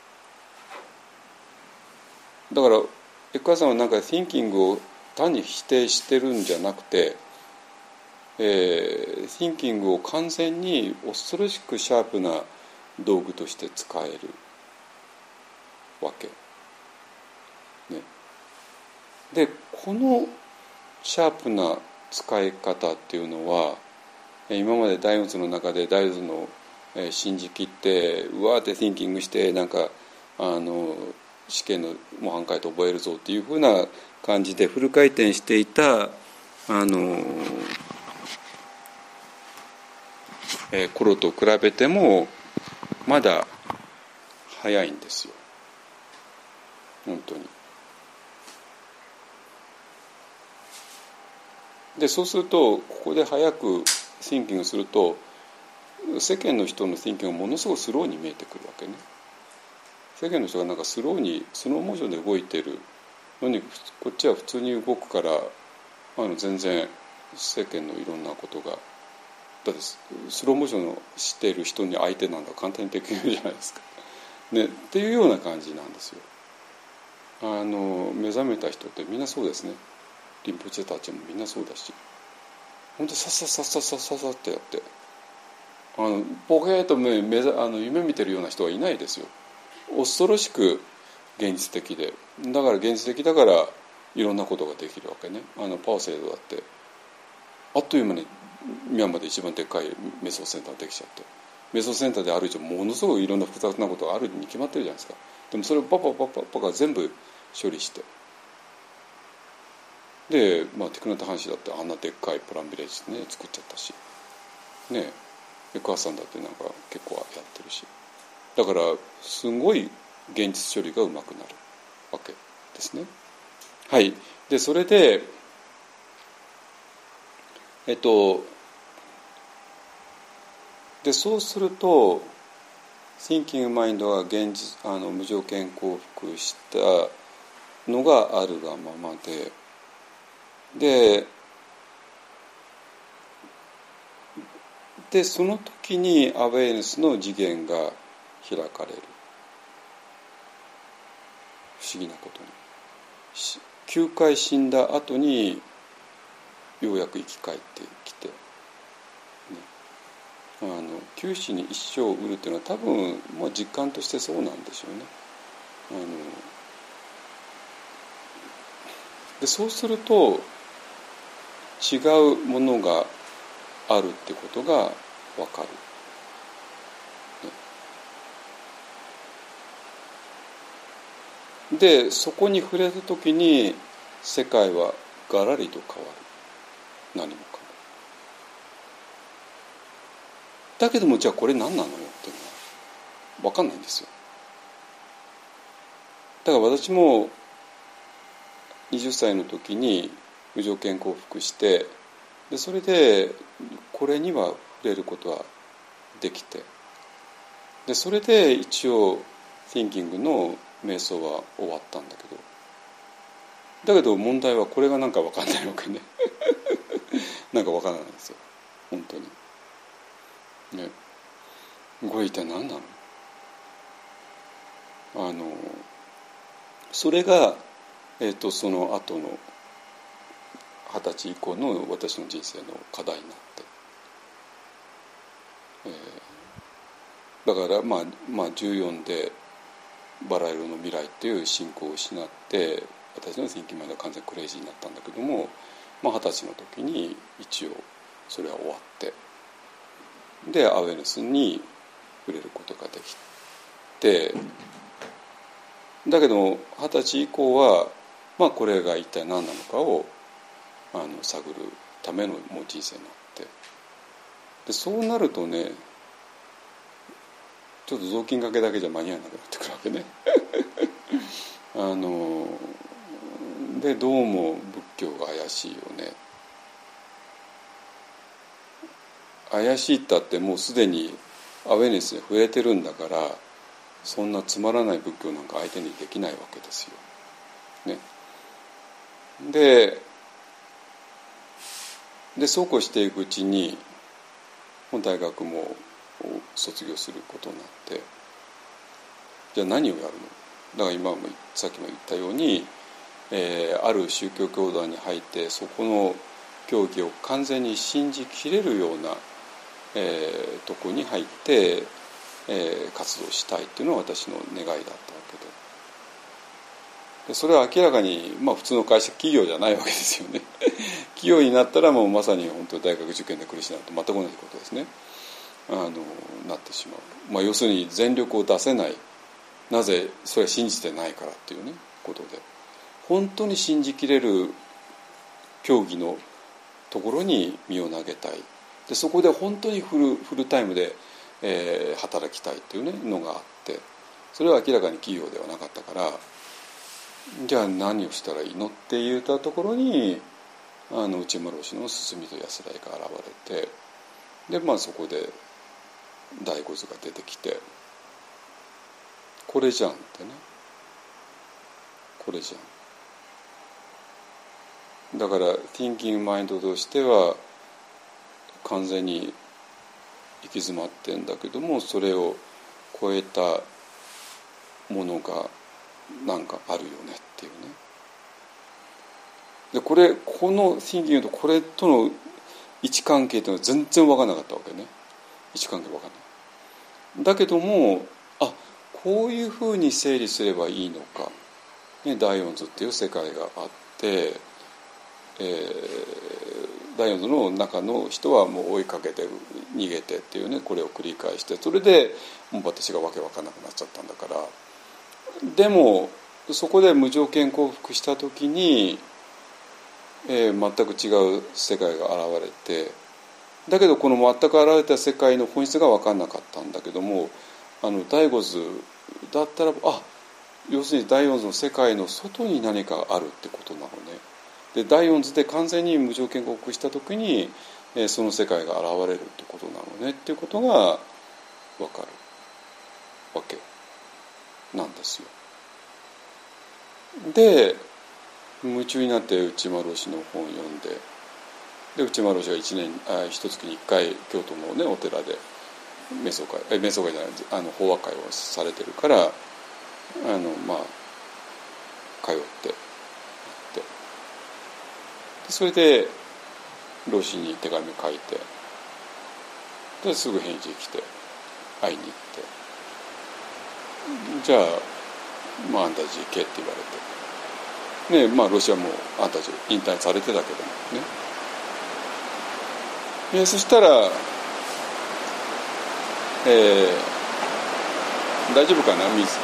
だからエッカーさんはなんか Thinking を単に否定してるんじゃなくて、えー、Thinking を完全に恐ろしくシャープな道具として使えるわけ、ね、でこのシャープな使い方っていうのは今まで大仏の中で大仏の信じきってうわーって Thinking してなんかあの試験の模範解答覚えるぞっていうふうな感じでフル回転していたあの、えー、頃と比べてもまだ早いんですよ本当に。でそうするとここで早く Thinking すると世間の人の Thinking がものすごくスローに見えてくるわけね。世間の人がなんかスローにスローモーションで動いてるのにこっちは普通に動くからあの全然世間のいろんなことがだってスローモーションをしている人に相手なんだ簡単にできるじゃないですか、ね、っていうような感じなんですよ。あの目覚めた人ってみんなそうですね。リンポチェたちもみんなそうだし本当さっさっさっさっさっさっさってやってあのポケーっと目目あの夢見てるような人はいないですよ。恐ろしく現実的でだから現実的だからいろんなことができるわけね。あのパワーセイドだってあっという間にミャンマーで一番でっかいメソセンターできちゃってメソセンターである以上ものすごいいろんな複雑なことがあるに決まってるじゃないですか。でもそれをパパパパパパ全部処理してで、まあ、ティクナタハンシだってあんなでっかいプランビレッジね作っちゃったしねえエクアさんだってなんか結構やってるしだからすごい現実処理がうまくなるわけですね。はい。でそれでえっとでそうすると Thinking Mind が現実あの無条件降伏したのがあるがままでででその時にアウェイネスの次元が開かれる。不思議なことにきゅうかい死んだ後にようやく生き返ってきて、ね、あの九死に一生を得るっていうのは多分、まあ、実感としてそうなんでしょうね。あのでそうすると違うものがあるってことが分かる、ね、でそこに触れた時に世界はガラリと変わる。何もかも。だけどもじゃあこれ何なのよっていうのは分かんないんですよ。だから私もはたちの時に無条件降伏して、でそれでこれには触れることはできて、でそれで一応 Thinking の瞑想は終わったんだけど、だけど問題はこれが何か分かんないわけねなんか分からないんですよ本当にね。これ一体何なの？あのそれが、えーと、その後のはたち以降の私の人生の課題になって、えー、だからまあ、まあ、じゅうよんでバラ色の未来っていう信仰を失って、私の Thinking Mindは完全にクレイジーになったんだけども、まあ、はたちの時に一応それは終わって、でアウェネスに触れることができて、だけどはたち以降は、まあ、これが一体何なのかをあの探るためのもう人生になって、でそうなるとね、ちょっと雑巾がけだけじゃ間に合わなくなってくるわけねあのでどうも仏教が怪しいよね。怪しいったってもうすでにアウェネスに触れてるんだから、そんなつまらない仏教なんか相手にできないわけですよ、ね、ででそうこうしていくうちに大学も卒業することになって、じゃあ何をやるの？だから今もさっきも言ったように、えー、ある宗教教団に入ってそこの教義を完全に信じきれるような、えー、とこに入って、えー、活動したいっていうのは私の願いだったわけで、でそれは明らかに、まあ、普通の会社企業じゃないわけですよね企業になったらもうまさに本当に大学受験で苦しむと全く同じことですね。あのなってしまう、まあ、要するに全力を出せない、なぜそれは信じてないからっていうねことで、本当に信じきれる競技のところに身を投げたい、でそこで本当にフル、フルタイムで、えー、働きたいっていう、ね、のがあって、それは明らかに企業ではなかったから、じゃあ何をしたらいいのって言ったところにあの内丸氏の進みと安らいが現れて、で、まあ、そこで第五図が出てきて、これじゃんってね、これじゃん。だから Thinking Mind としては完全に行き詰まってんだけども、それを超えたものがなんかあるよねっていうね。でこれこの Thinking とこれとの位置関係というのは全然分からなかったわけね。位置関係分からない。だけども、あ、こういうふうに整理すればいいのか、ね、第四図っていう世界があって、えー、第四図の中の人はもう追いかけて逃げてっていうね、これを繰り返して、それでもう私がわけわかんなくなっちゃったんだから。でもそこで無条件降伏した時に、えー、全く違う世界が現れて、だけどこの全く現れた世界の本質が分かんなかったんだけども、あの第五図だったら、あ、要するに第四図の世界の外に何かあるってことなのね。で第四図で完全に無条件降伏した時に、えー、その世界が現れるってことなのねっていうことが分かるわけなんですよ。で夢中になって内丸氏の本を読んで、で内丸氏が一年あ一月に一回京都の、ね、お寺で瞑想会え瞑想会じゃないあの法話会をされてるから、あのまあ通ってでそれで老師に手紙書いて、ですぐ返事来て会いに行って、じゃあまああんたじ行けって言われて、 ねまあ、ロシアもあんたたち引退されてたけどもね。えそしたら、えー、大丈夫かな水。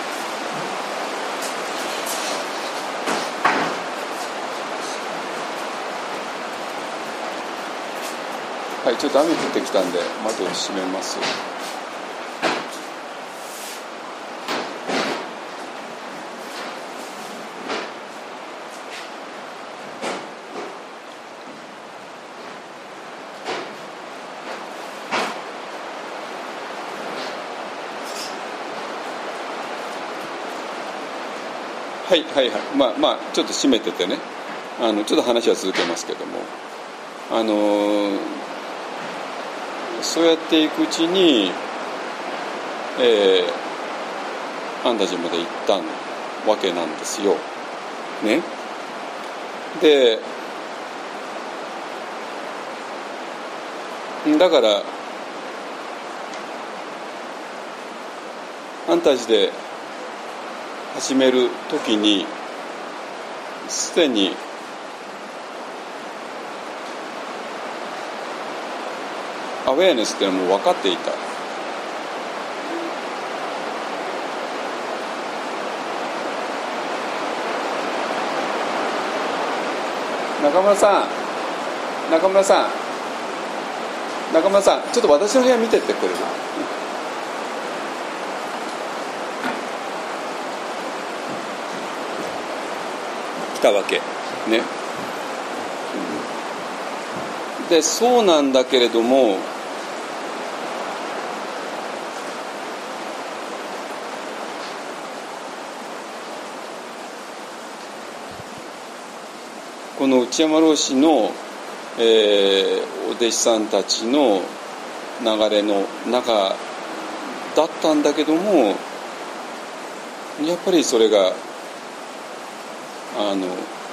はい、ちょっと雨降ってきたんで窓を閉めます。はいはいはい、まあまあちょっと閉めててね、あのちょっと話は続けますけども、あのー、そうやっていくうちに、えー、アンダジまで行ったわけなんですよね。でだからアンタジで始める時にすでにアウェアネスっていうのはもう分かっていた。中村さん中村さん中村さん、ちょっと私の部屋見てってくれる？来たわけね。でそうなんだけれども、この内山老師の、えー、お弟子さんたちの流れの中だったんだけども、やっぱりそれがあの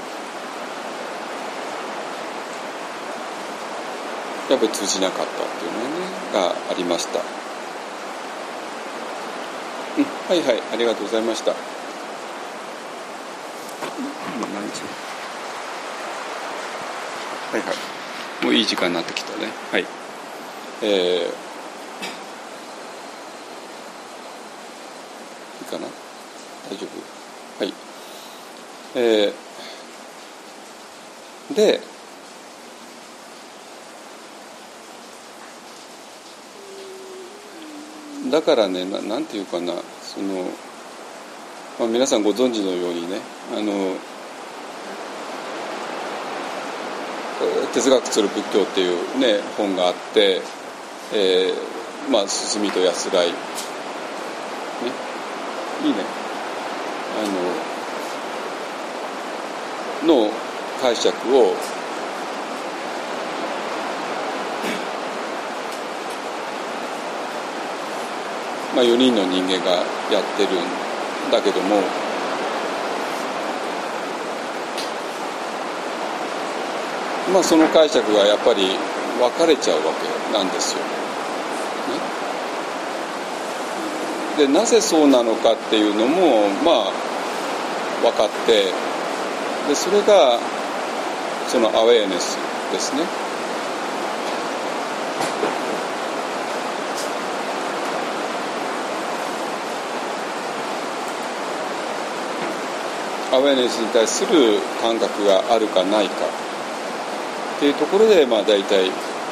やっぱり通じなかったっていうの、ね、がありました。うん、はいはい、ありがとうございました。今何時？はいはい、もういい時間になってきたね。はい、えー、いいかな？大丈夫？はい。えー、でだからね、な、なんていうかな、その、まあ、皆さんご存知のようにね、あの哲学する仏教っていうね本があって、えー、まあ進みと安らいね、いいね、あのの解釈をまあ、よにんの人間がやってるんだけども、まあ、その解釈がやっぱり分かれちゃうわけなんですよ、ね、でなぜそうなのかっていうのもまあ分かって、でそれがそのアウェアネスですね。アウェアネスに対する感覚があるかないかっていうところで、まあ大体、えー、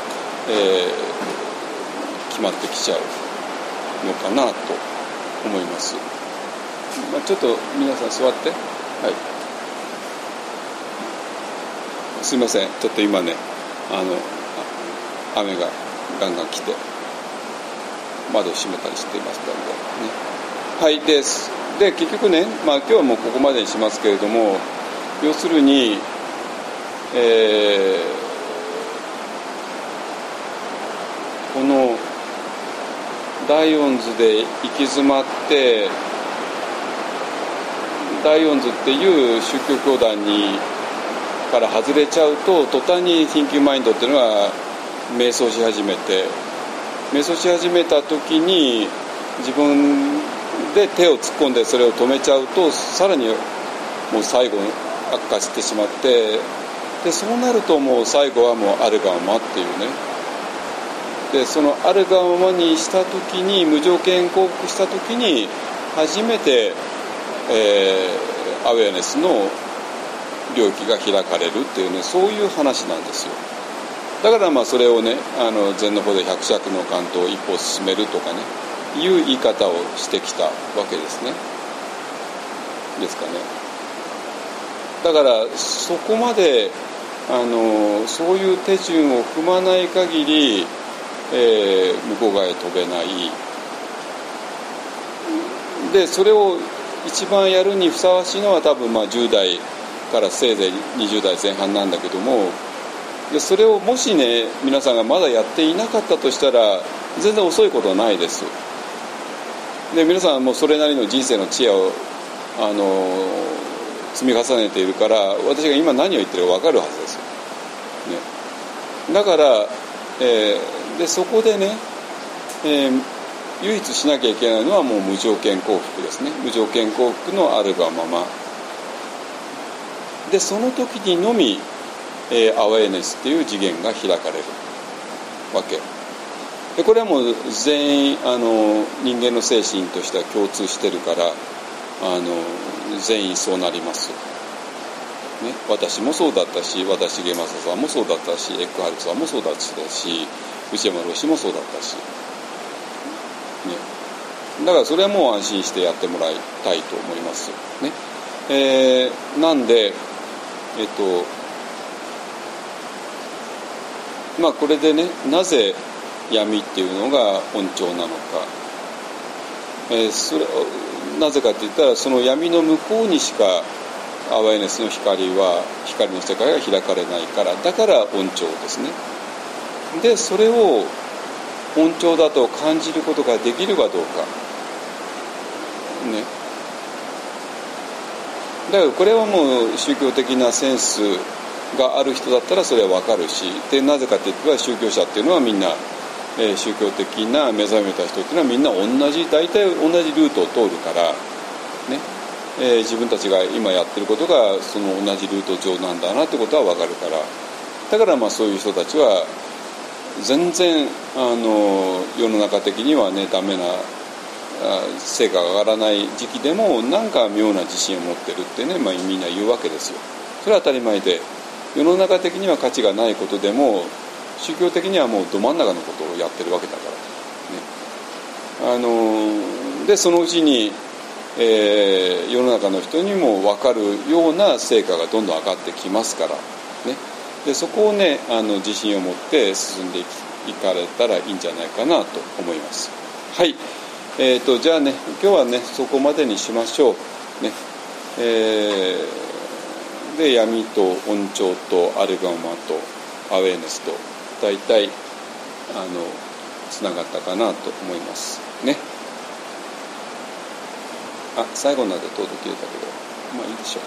決まってきちゃうのかなと思います。まあ、ちょっと皆さん座って、はい、すいません、ちょっと今ね、あの雨がガンガン来て窓を閉めたりしていましたのでね。はいです。で結局ね、まあ、今日はもうここまでにしますけれども、要するに、えー、この大恩図で行き詰まって大恩図っていう宗教教団にから外れちゃうと、途端に Thinking Mind っていうのが瞑想し始めて瞑想し始めた時に自分で手を突っ込んでそれを止めちゃうと、さらにもう最後悪化してしまって、でそうなるともう最後はもうあるがままっていうね、でそのあるがままにした時に、無条件降伏した時に初めて、えー、アウェアネスの領域が開かれるっていうね、そういう話なんですよ。だからまあそれをね、あの禅の方で百尺の竿燈を一歩進めるとかね、いう言い方をしてきたわけですね。ですかね。だからそこまであのそういう手順を踏まない限り、えー、向こう側へ飛べない。でそれを一番やるにふさわしいのは多分まあじゅう代からせいぜいにじゅう代前半なんだけども、でそれをもしね皆さんがまだやっていなかったとしたら全然遅いことはないです。で皆さんもそれなりの人生の知恵をあの積み重ねているから、私が今何を言ってるか分かるはずですよ、ね、だから、えー、でそこでね、えー、唯一しなきゃいけないのはもう無条件降伏ですね。無条件降伏のあるがままで、その時にのみ、えー、アウェーネスっていう次元が開かれるわけで、これはもう全員あの人間の精神としては共通してるから、あの全員そうなります、ね、私もそうだったし、私ゲマサさんもそうだったし、エックハルツさんもそうだったし、内山老師もそうだったし、ね、だからそれはもう安心してやってもらいたいと思いますね。えー、なんでえっとまあこれでね、なぜ闇っていうのが恩寵なのか、えー、それなぜかって言ったら、その闇の向こうにしかアワーネスの光は光の世界が開かれないから、だから恩寵ですね。でそれを恩寵だと感じることができるかどうかね。だからこれはもう宗教的なセンスがある人だったらそれは分かるし、でなぜかって言ったら宗教者っていうのはみんな、えー、宗教的な目覚めた人っていうのはみんな同じ大体同じルートを通るからね、えー、自分たちが今やってることがその同じルート上なんだなってことは分かるから、だからまあそういう人たちは全然あの世の中的にはねダメな成果が上がらない時期でもなんか妙な自信を持ってるってね、まあ、みんな言うわけですよ。それは当たり前で、世の中的には価値がないことでも宗教的にはもうど真ん中のことをやってるわけだからね。あのでそのうちに、えー、世の中の人にも分かるような成果がどんどん上がってきますからね。でそこをねあの自信を持って進んでいかれたらいいんじゃないかなと思います。はい、えー、とじゃあね今日はねそこまでにしましょうね。えー、で闇と恩寵とアルガマとアウェーネスと大体あのつながったかなと思いますね。あ、最後までとうとう切れたけどまあいいでしょう。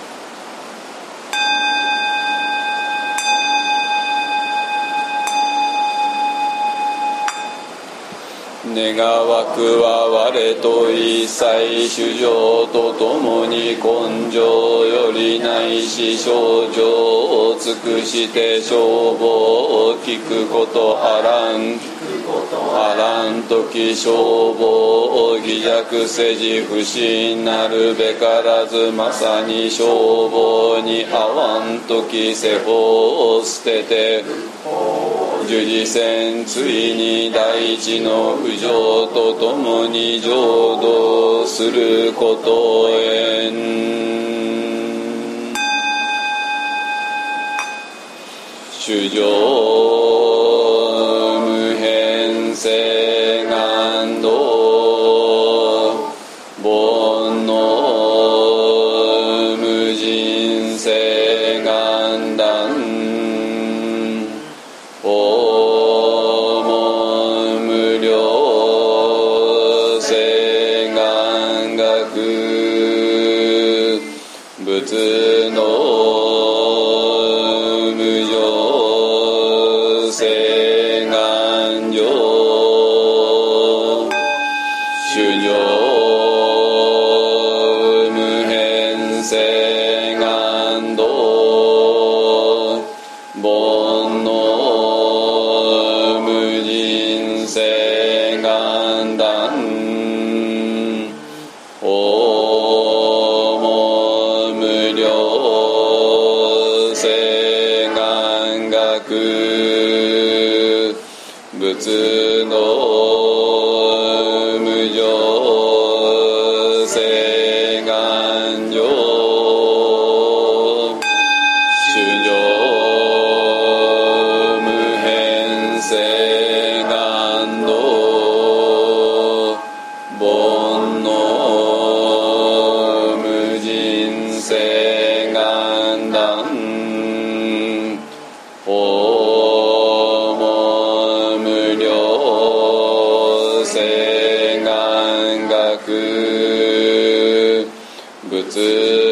願わくは我と一切主情とともに根性よりないし症状を尽くして消防を聞くことあらんあらんとき消防を疑弱せじ不信なるべからずまさに消防に合わんとき世法を捨てて十字線ついに大地の浮上とともに浄土することへん主情無変性願道煩悩無人性願断訪問無量性願学仏の無常性願上主情無変性願道学仏の無常誓願上主上無変誓願の煩悩無尽誓願断法も無量誓願学仏